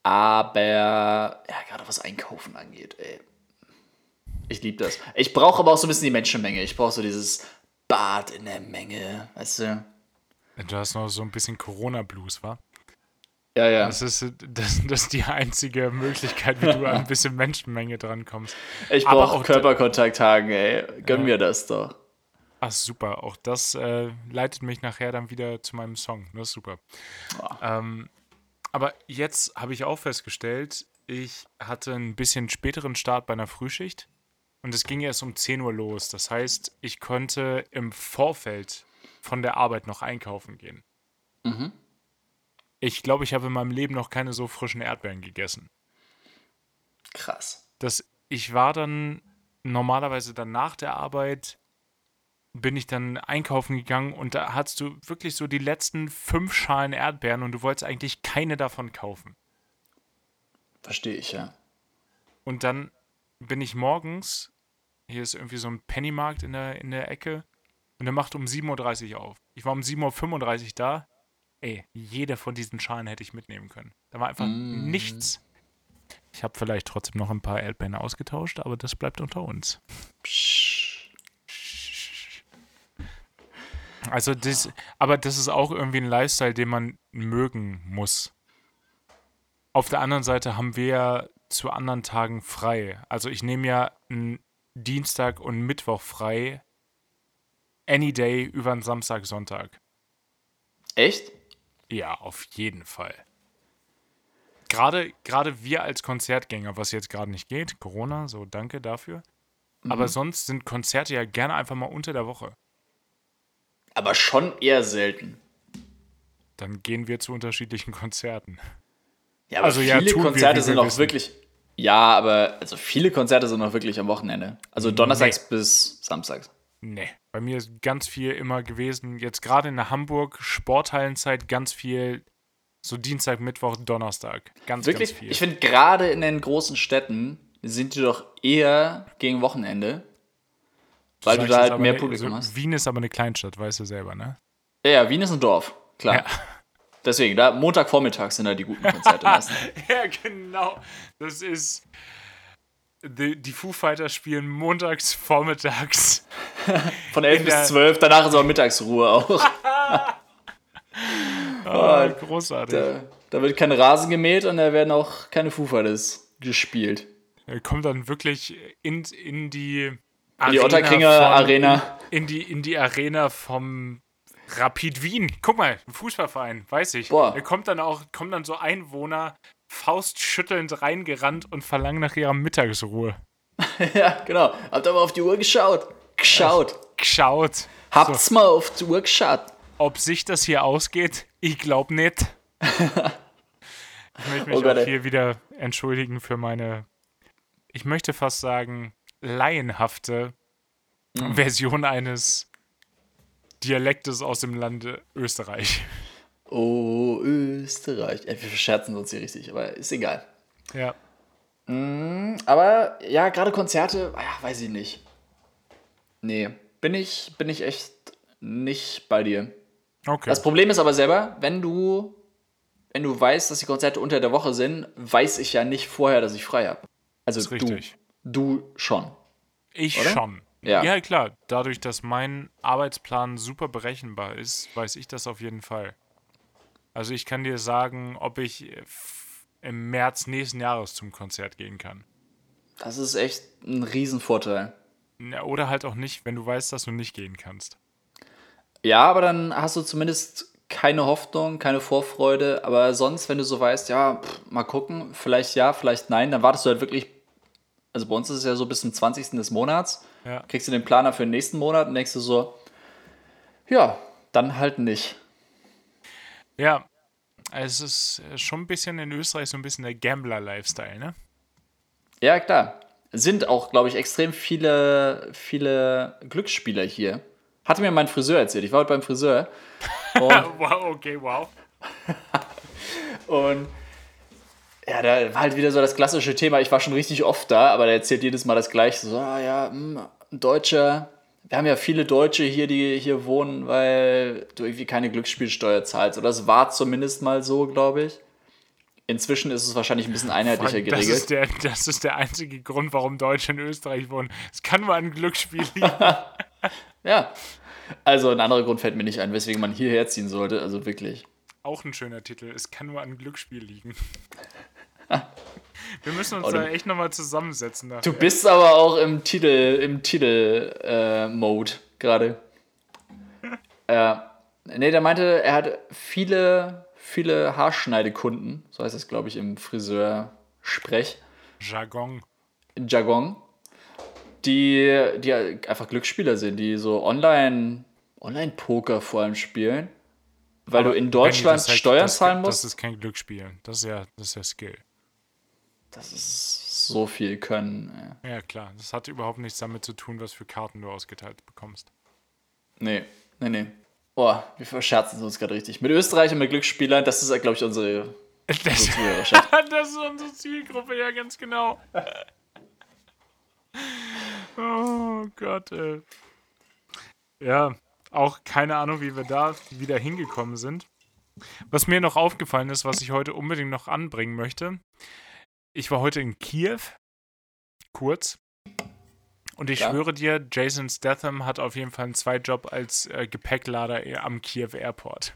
Aber, ja, gerade was Einkaufen angeht, ey. Ich liebe das. Ich brauche aber auch so ein bisschen die Menschenmenge. Ich brauche so dieses Bad in der Menge, weißt du? Du hast noch so ein bisschen Corona-Blues, wa? Ja, ja. Das ist, das, das ist die einzige Möglichkeit, wie du an ein bisschen Menschenmenge drankommst. Ich Aber brauche auch Körperkontakt-Tagen, ey. Gönn Ja. mir das doch. Ach, super. Auch das äh, leitet mich nachher dann wieder zu meinem Song. Das ist super. Ah. Ähm, aber jetzt habe ich auch festgestellt, ich hatte ein bisschen späteren Start bei einer Frühschicht und es ging erst um zehn Uhr los. Das heißt, ich konnte im Vorfeld von der Arbeit noch einkaufen gehen. Mhm. Ich glaube, ich habe in meinem Leben noch keine so frischen Erdbeeren gegessen. Krass. Das, ich war dann normalerweise dann nach der Arbeit, bin ich dann einkaufen gegangen und da hattest du wirklich so die letzten fünf Schalen Erdbeeren und du wolltest eigentlich keine davon kaufen. Verstehe ich, ja. Und dann bin ich morgens, hier ist irgendwie so ein Pennymarkt in der, in der Ecke und der macht um sieben Uhr dreißig auf. Ich war um sieben Uhr fünfunddreißig da. Ey, jede von diesen Schalen hätte ich mitnehmen können. Da war einfach Mm. nichts. Ich habe vielleicht trotzdem noch ein paar Erdbeeren ausgetauscht, aber das bleibt unter uns. Psch. Also das, aber das ist auch irgendwie ein Lifestyle, den man mögen muss. Auf der anderen Seite haben wir ja zu anderen Tagen frei. Also ich nehme ja einen Dienstag und Mittwoch frei. Any day über einen Samstag, Sonntag. Echt? Ja, auf jeden Fall. Gerade, gerade wir als Konzertgänger, was jetzt gerade nicht geht, Corona, so danke dafür. Aber sonst sind Konzerte ja gerne einfach mal unter der Woche. Aber schon eher selten. Dann gehen wir zu unterschiedlichen Konzerten. Ja, aber Also ja, viele tun wir, Konzerte wie sind wir auch wissen. wirklich. Ja, aber also viele Konzerte sind auch wirklich am Wochenende. Also donnerstags bis samstags. Nee, bei mir ist ganz viel immer gewesen, jetzt gerade in der Hamburg Sporthallenzeit ganz viel, so Dienstag, Mittwoch, Donnerstag. Ganz, Wirklich? ganz viel. Ich finde, gerade in den großen Städten sind die doch eher gegen Wochenende. Weil du sagst da jetzt halt aber mehr ne, Publikum so, hast. Wien ist aber eine Kleinstadt, weißt du selber, ne? Ja, ja, Wien ist ein Dorf, klar. Ja. Deswegen, da Montagvormittag sind da die guten Konzerte meistens. Ja, genau. Das ist. Die, die Foo Fighters spielen montags, vormittags. Von elf In bis der- zwölf, danach ist auch Mittagsruhe auch. Oh, großartig. Da, da wird kein Rasen gemäht und da werden auch keine Foo Fighters gespielt. Er kommt dann wirklich in, in die In die Arena Otterkringer von- Arena. In, in, die, in die Arena vom Rapid Wien. Guck mal, ein Fußballverein, weiß ich. Boah. Da kommt dann auch, kommen dann so Einwohner faustschüttelnd reingerannt und verlangen nach ihrer Mittagsruhe. Ja, genau. Habt ihr mal auf die Uhr geschaut? Geschaut. Geschaut. Habt's mal auf die Uhr geschaut. Ob sich das hier ausgeht? Ich glaube nicht. Ich möchte mich Oh Gott, auch ey. hier wieder entschuldigen für meine, ich möchte fast sagen, laienhafte Mhm. Version eines Dialektes aus dem Lande Österreich. Oh, Österreich. Ey, wir verscherzen uns hier richtig, aber ist egal. Ja. Aber ja, gerade Konzerte, ah ja, weiß ich nicht. Nee, bin ich, bin ich echt nicht bei dir. Okay. Das Problem ist aber selber, wenn du, wenn du weißt, dass die Konzerte unter der Woche sind, weiß ich ja nicht vorher, dass ich frei habe. Also ist du, richtig. du schon. Ich Oder? schon. Ja. Ja, klar. Dadurch, dass mein Arbeitsplan super berechenbar ist, weiß ich das auf jeden Fall. Also ich kann dir sagen, ob ich f- im März nächsten Jahres zum Konzert gehen kann. Das ist echt ein Riesenvorteil. Ja, oder halt auch nicht, wenn du weißt, dass du nicht gehen kannst. Ja, aber dann hast du zumindest keine Hoffnung, keine Vorfreude. Aber sonst, wenn du so weißt, ja, pff, mal gucken, vielleicht ja, vielleicht nein, dann wartest du halt wirklich. Also bei uns ist es ja so bis zum zwanzigsten des Monats. Ja. Kriegst du den Planer für den nächsten Monat und denkst du so, ja, dann halt nicht. Ja, es ist schon ein bisschen in Österreich so ein bisschen der Gambler-Lifestyle, ne? Ja, klar. Sind auch, glaube ich, extrem viele, viele Glücksspieler hier. Hatte mir mein Friseur erzählt. Ich war heute beim Friseur. Und, Wow, okay, wow. und ja, da war halt wieder so das klassische Thema. Ich war schon richtig oft da, aber der erzählt jedes Mal das Gleiche. So, ah, ja, mh, ein Deutscher. Wir haben ja viele Deutsche hier, die hier wohnen, weil du irgendwie keine Glücksspielsteuer zahlst. Oder es war zumindest mal so, glaube ich. Inzwischen ist es wahrscheinlich ein bisschen einheitlicher Fuck, das geregelt. ist, der, das ist der einzige Grund, warum Deutsche in Österreich wohnen. Es kann nur ein Glücksspiel liegen. Ja. Also ein anderer Grund fällt mir nicht ein, weswegen man hierher ziehen sollte. Also wirklich. Auch ein schöner Titel. Es kann nur an Glücksspiel liegen. Wir müssen uns Oh, du- da echt nochmal zusammensetzen. Du Dafür. bist aber auch im Titel, im Titel-Mode gerade. äh, nee, der meinte, er hat viele, viele Haarschneidekunden, so heißt das, glaube ich, im Friseur-Sprech, Jargon. Jargon, die, die einfach Glücksspieler sind, die so online, Online-Poker vor allem spielen, weil Aber du in Benny, Deutschland das heißt, Steuern das, zahlen Das musst. ist kein Glücksspiel. Das ist ja, das ist ja Skill. Das ist so viel Können. ey. Ja, klar. Das hat überhaupt nichts damit zu tun, was für Karten du ausgeteilt bekommst. Nee, nee, nee. Boah, wir verscherzen uns gerade richtig. Mit Österreich und mit Glücksspielern, das ist, glaube ich, unsere, Das, unsere Zuhörerschaft. das ist unsere Zielgruppe, ja, ganz genau. Oh Gott, ey. Ja, auch keine Ahnung, wie wir da wieder hingekommen sind. Was mir noch aufgefallen ist, was ich heute unbedingt noch anbringen möchte. Ich war heute in Kiew, kurz. Und ich Klar. schwöre dir, Jason Statham hat auf jeden Fall einen Zweitjob als äh, Gepäcklader am Kiew Airport.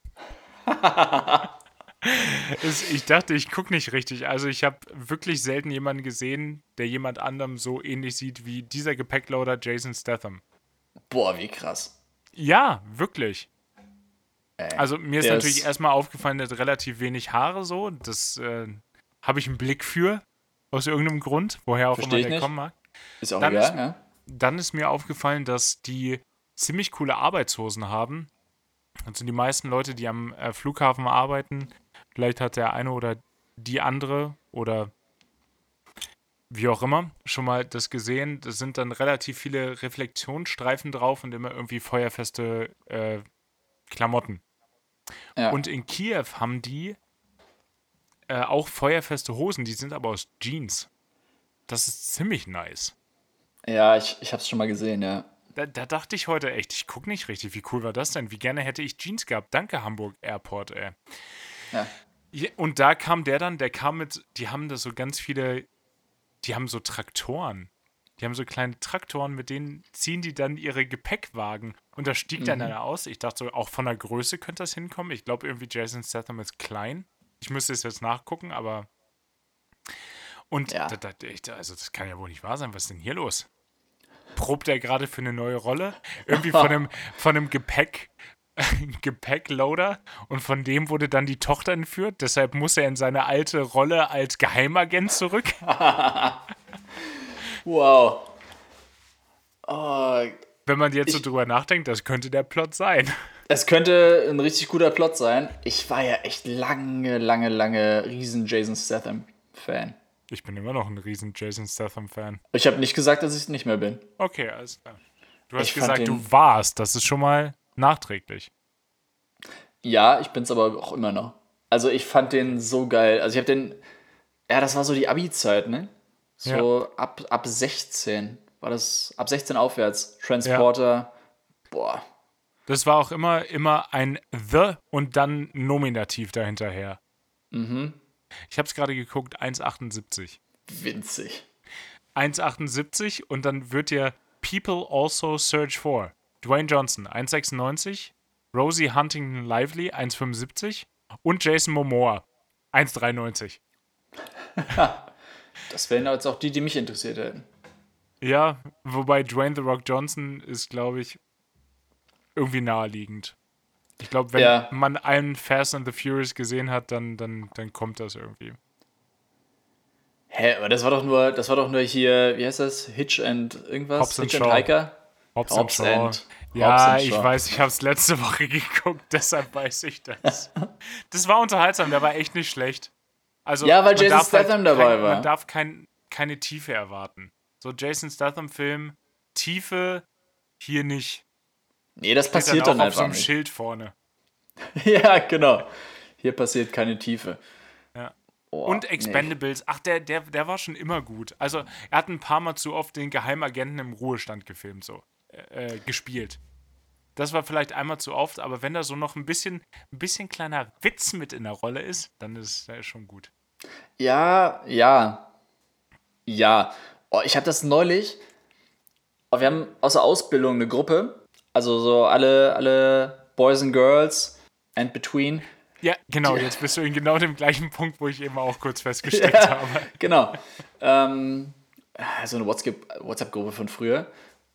Es, ich dachte, ich gucke nicht richtig. Also ich habe wirklich selten jemanden gesehen, der jemand anderem so ähnlich sieht wie dieser Gepäckloader Jason Statham. Boah, wie krass. Ja, wirklich. Ey, Also mir ist der natürlich ist- erstmal aufgefallen, der hat relativ wenig Haare so. Das äh, habe ich einen Blick für, aus irgendeinem Grund, woher auch Versteh ich immer der nicht. kommen mag. Ist auch Dann egal, ist- ja? Dann ist mir aufgefallen, dass die ziemlich coole Arbeitshosen haben. Also die meisten Leute, die am äh, Flughafen arbeiten, vielleicht hat der eine oder die andere oder wie auch immer schon mal das gesehen. Das sind dann relativ viele Reflexionsstreifen drauf und immer irgendwie feuerfeste äh, Klamotten. Ja. Und in Kiew haben die äh, auch feuerfeste Hosen, die sind aber aus Jeans. Das ist ziemlich nice. Ja, ich, ich hab's schon mal gesehen, ja. Da, da dachte ich heute echt, ich gucke nicht richtig. Wie cool war das denn? Wie gerne hätte ich Jeans gehabt. Danke, Hamburg Airport, ey. Ja. Ja, und da kam der dann, der kam mit, die haben da so ganz viele, die haben so Traktoren. Die haben so kleine Traktoren, mit denen ziehen die dann ihre Gepäckwagen. Und da stieg dann einer aus. Ich dachte so, auch von der Größe könnte das hinkommen. Ich glaube irgendwie Jason Statham ist klein. Ich müsste es jetzt nachgucken, aber. Und Ja. da dachte ich, also das kann ja wohl nicht wahr sein. Was ist denn hier los? Probt er gerade für eine neue Rolle? Irgendwie von einem, von einem Gepäck, Gepäckloader und von dem wurde dann die Tochter entführt. Deshalb muss er in seine alte Rolle als Geheimagent zurück. Wow. Oh, Wenn man jetzt so Ich- drüber nachdenkt, das könnte der Plot sein. es könnte ein richtig guter Plot sein. Ich war ja echt lange, lange, lange riesen Jason Statham-Fan. Ich bin immer noch ein riesen Jason Statham-Fan. Ich habe nicht gesagt, dass ich es nicht mehr bin. Okay, alles klar. Du hast Ich fand gesagt, den- du warst. Das ist schon mal nachträglich. Ja, ich bin's aber auch immer noch. Also ich fand den so geil. Also ich habe den, ja, das war so die Abi-Zeit, ne? So ab, ab sechzehn war das, ab sechzehn aufwärts. Transporter, boah. Das war auch immer, immer ein The und dann Nominativ dahinterher. Mhm. Ich habe es gerade geguckt, eins Komma achtundsiebzig. Winzig. eins Komma achtundsiebzig und dann wird dir People Also Search For. Dwayne Johnson, eins Komma sechsundneunzig. Rosie Huntington Lively, eins Komma fünfundsiebzig. Und Jason Momoa, eins Komma dreiundneunzig. Das wären jetzt auch die, die mich interessiert hätten. Ja, wobei Dwayne The Rock Johnson ist, glaube ich, irgendwie naheliegend. Ich glaube, wenn Ja. man einen Fast and the Furious gesehen hat, dann, dann, dann kommt das irgendwie. Hä, aber das war doch nur, das war doch nur hier, wie heißt das? Hitch and irgendwas? Hobbs and Hitch and Shaw. Hiker? Hobbs Hobbs and Shaw. and- Ja, Hobbs and ich Shaw. weiß, ich habe es letzte Woche geguckt, deshalb weiß ich das. Das war unterhaltsam, der war echt nicht schlecht. Also, Ja, weil man Jason darf halt Statham dabei kein, war. Man darf kein, keine Tiefe erwarten. So Jason Statham-Film, Tiefe hier nicht. Nee, das Steht passiert dann dann auch auf so einfach einem nicht. Schild vorne. Ja, genau. Hier passiert keine Tiefe. Ja. Oh, Und nee. Expendables, ach, der, der, der war schon immer gut. Also, er hat ein paar Mal zu oft den Geheimagenten im Ruhestand gefilmt, so, äh, äh, gespielt. das war vielleicht einmal zu oft, aber wenn da so noch ein bisschen, ein bisschen kleiner Witz mit in der Rolle ist, dann ist das schon gut. Ja, ja, ja. Oh, ich habe das neulich. Oh, wir haben aus der Ausbildung eine Gruppe. Also so alle, alle Boys and Girls and between. Ja, genau, Die- jetzt bist du in genau dem gleichen Punkt, wo ich eben auch kurz festgesteckt Ja, habe. genau. Ähm, so eine WhatsApp- WhatsApp-Gruppe von früher.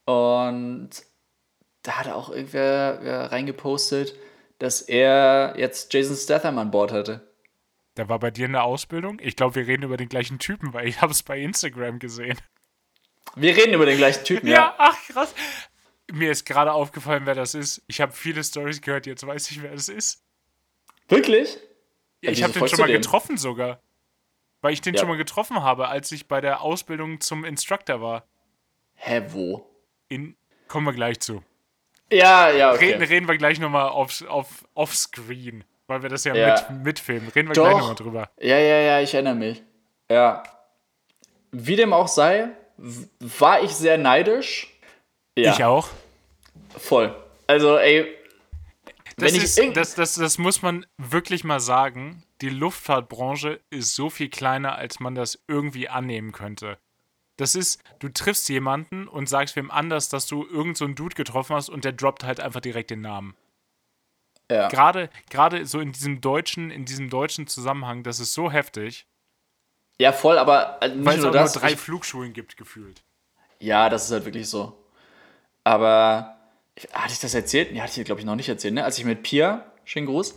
Und da hat auch irgendwer wer reingepostet, dass er jetzt Jason Statham an Bord hatte. Der war bei dir in der Ausbildung? Ich glaube, wir reden über den gleichen Typen, weil ich habe es bei Instagram gesehen. Wir reden über den gleichen Typen, Ja, ja. ach krass. Mir ist gerade aufgefallen, wer das ist. Ich habe viele Stories gehört, jetzt weiß ich, wer das ist. Wirklich? Ja, ich wieso habe den folgst schon du mal dem? getroffen sogar. Weil ich den Ja. schon mal getroffen habe, als ich bei der Ausbildung zum Instructor war. Hä, wo? In, kommen wir gleich zu. Ja, ja, okay. Reden, reden wir gleich nochmal auf, auf, offscreen, weil wir das ja, Ja. mit mitfilmen. Reden wir gleich nochmal Doch. drüber. Ja, ja, ja, ich erinnere mich. Ja. Wie dem auch sei, w- war ich sehr neidisch. Ja, Ich auch. voll. Also, ey, Das, wenn ich ist, irgend- das, das, das muss man wirklich mal sagen. Die Luftfahrtbranche ist so viel kleiner, als man das irgendwie annehmen könnte. Das ist, du triffst jemanden und sagst wem anders, dass du irgend so einen Dude getroffen hast und der droppt halt einfach direkt den Namen. ja. Gerade, gerade so in diesem deutschen, in diesem deutschen Zusammenhang, das ist so heftig, Ja, voll, aber äh, nicht weil es nur auch das. nur drei ich, Flugschulen gibt, gefühlt. ja, das ist halt wirklich so. Aber ich, hatte ich das erzählt? Nee, hatte ich dir, glaube ich, noch nicht erzählt, ne? Als ich mit Pia, schönen Gruß,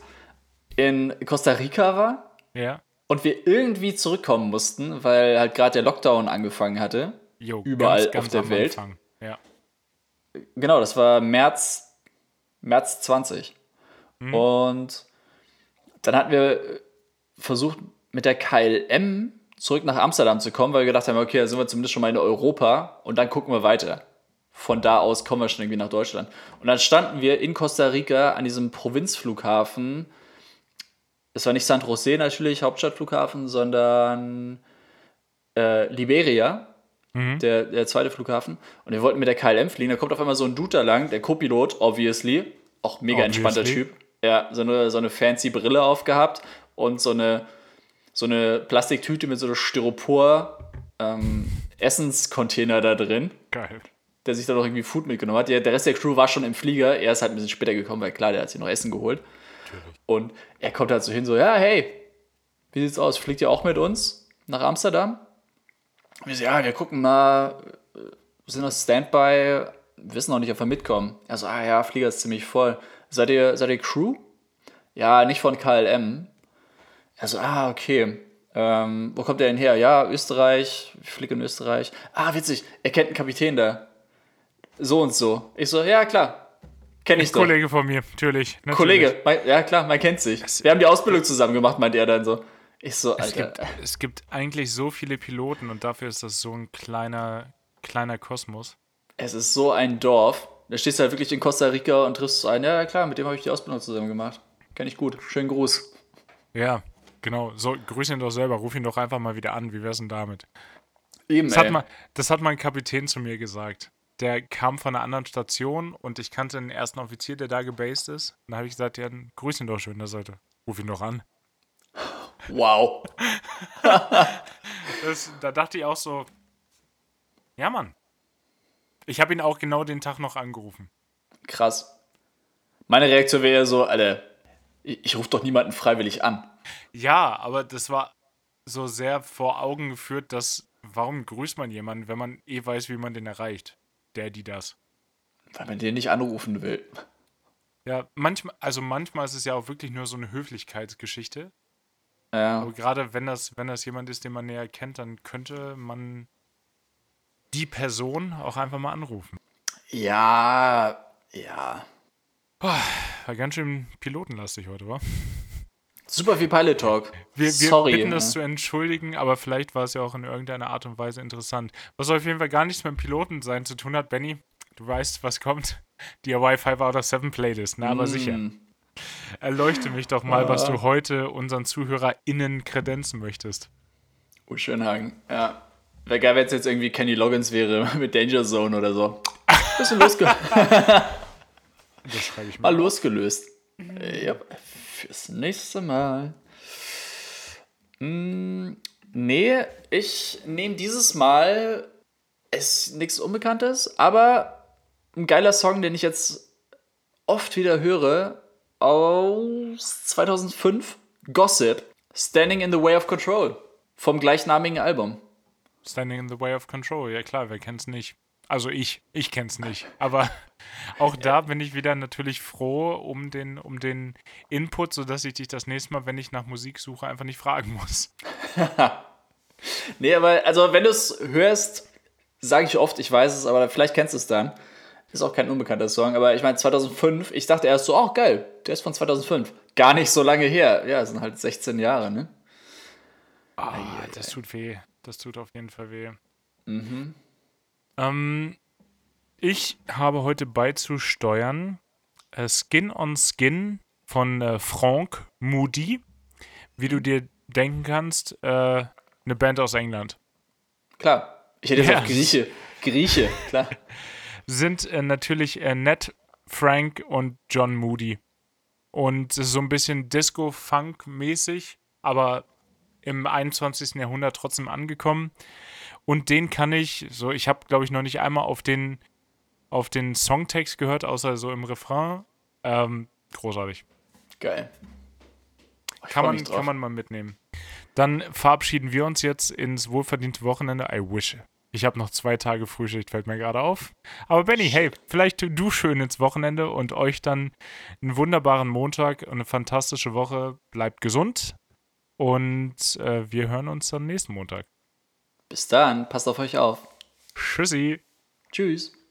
in Costa Rica war Ja. und wir irgendwie zurückkommen mussten, weil halt gerade der Lockdown angefangen hatte. Jo, Überall ganz, ganz auf der am Welt. Anfang. Ja. Genau, das war März, März zwanzig. Und dann hatten wir versucht, mit der K L M zurück nach Amsterdam zu kommen, weil wir gedacht haben, okay, da sind wir zumindest schon mal in Europa und dann gucken wir weiter. Von da aus kommen wir schon irgendwie nach Deutschland. Und dann standen wir in Costa Rica an diesem Provinzflughafen. Es war nicht San José natürlich, Hauptstadtflughafen, sondern äh, Liberia, der, der zweite Flughafen. Und wir wollten mit der K L M fliegen. Da kommt auf einmal so ein Dude da lang, der Co-Pilot, obviously. Auch mega entspannter Obviously. Typ. Ja, so eine, so eine fancy Brille aufgehabt und so eine, so eine Plastiktüte mit so einem Styropor ähm, Essenscontainer da drin, Geil. der sich da noch irgendwie Food mitgenommen hat. Der, der Rest der Crew war schon im Flieger. Er ist halt ein bisschen später gekommen, weil klar, der hat sich noch Essen geholt. Und er kommt halt so hin, so, ja, hey, wie sieht's aus? Fliegt ihr auch mit uns nach Amsterdam? Und wir so, ja, wir gucken mal, wir sind auf Standby, wissen noch nicht, ob wir mitkommen. Er so, ah ja, Flieger ist ziemlich voll. Seid ihr, seid ihr Crew? Ja, nicht von K L M. Er so, ah, okay. Ähm, wo kommt der denn her? Ja, Österreich, ich fliege in Österreich. Ah, witzig, er kennt einen Kapitän da. So und so. Ich so, ja, klar. Kenn ich doch. Kollege von mir, natürlich. natürlich. Kollege, mein, ja klar, man kennt sich. Wir haben die Ausbildung zusammen gemacht, meint er dann so. Ich so, Es Alter. gibt, es gibt eigentlich so viele Piloten und dafür ist das so ein kleiner, kleiner Kosmos. Es ist so ein Dorf. Da stehst du halt wirklich in Costa Rica und triffst so einen. Ja, klar, mit dem habe ich die Ausbildung zusammen gemacht. Kenn ich gut. Schönen Gruß. Ja, genau. So, grüß ihn doch selber, ruf ihn doch einfach mal wieder an. Wie wär's denn damit? Eben, Das hat, ey. mal, das hat mein Kapitän zu mir gesagt. Der kam von einer anderen Station und ich kannte den ersten Offizier, der da gebased ist. Und da habe ich gesagt, ja, dann grüß ihn doch schön, der sollte. Ruf ihn doch an. Wow. Das, da dachte ich auch so, ja, Mann. Ich habe ihn auch genau den Tag noch angerufen. Krass. Meine Reaktion wäre so, Alter, ich, ich rufe doch niemanden freiwillig an. Ja, aber das war so sehr vor Augen geführt, dass, warum grüßt man jemanden, wenn man eh weiß, wie man den erreicht? Der, die, das. Weil man den nicht anrufen will. Ja, manchmal, also manchmal ist es ja auch wirklich nur so eine Höflichkeitsgeschichte. Ja. Aber gerade wenn das, wenn das jemand ist, den man näher kennt, dann könnte man die Person auch einfach mal anrufen. Ja, ja. War ganz schön pilotenlastig heute, wa? Super viel Pilot Talk. Wir, wir Sorry. bitten das ne? zu entschuldigen, aber vielleicht war es ja auch in irgendeiner Art und Weise interessant. Was auf jeden Fall gar nichts mit dem Piloten sein zu tun hat, Benny, du weißt, was kommt. Die Hawaii five out of seven Playlist, na, aber sicher. Mm. Erleuchte mich doch mal, was du heute unseren ZuhörerInnen kredenzen möchtest. Oh, Schönhagen. Ja. Wäre geil, wenn es jetzt irgendwie Kenny Loggins wäre mit Danger Zone oder so. Bisschen losge... Das schreibe ich mir. Mal losgelöst. Mhm. Ja, fürs nächste Mal. Hm, nee, ich nehme dieses Mal, ist nichts Unbekanntes, aber ein geiler Song, den ich jetzt oft wieder höre, aus zweitausendfünf, Gossip, Standing in the Way of Control, vom gleichnamigen Album. Standing in the Way of Control, ja klar, wer kennt's nicht? Also ich, ich kenn's nicht, aber auch da bin ich wieder natürlich froh um den, um den Input, sodass ich dich das nächste Mal, wenn ich nach Musik suche, einfach nicht fragen muss. Nee, aber also wenn du es hörst, sage ich oft, ich weiß es, aber vielleicht kennst du es dann. Ist auch kein unbekannter Song, aber ich meine zweitausendfünf, ich dachte erst so, oh geil, der ist von zweitausendfünf. Gar nicht so lange her. Ja, es sind halt sechzehn Jahre, ne? Ah, das tut weh. Das tut auf jeden Fall weh. Mhm. Ähm, ich habe heute beizusteuern äh, Skin on Skin von äh, Franck Moody. Wie du dir denken kannst, äh, eine Band aus England. Klar. Ich hätte jetzt Ja. auch Grieche. Grieche, klar. Sind äh, natürlich äh, Ned, Frank und John Moody. Und es ist so ein bisschen Disco-Funk-mäßig, aber im einundzwanzigsten Jahrhundert trotzdem angekommen. Und den kann ich, so, ich habe, glaube ich, noch nicht einmal auf den, auf den Songtext gehört, außer so im Refrain. Ähm, großartig. Geil. Ich Kann freu man, mich drauf. kann man mal mitnehmen. Dann verabschieden wir uns jetzt ins wohlverdiente Wochenende. I wish. Ich habe noch zwei Tage Frühschicht, fällt mir gerade auf. Aber Benny, hey, vielleicht du schön ins Wochenende und euch dann einen wunderbaren Montag und eine fantastische Woche. Bleibt gesund und äh, wir hören uns dann nächsten Montag. Bis dann, passt auf euch auf. Tschüssi. Tschüss.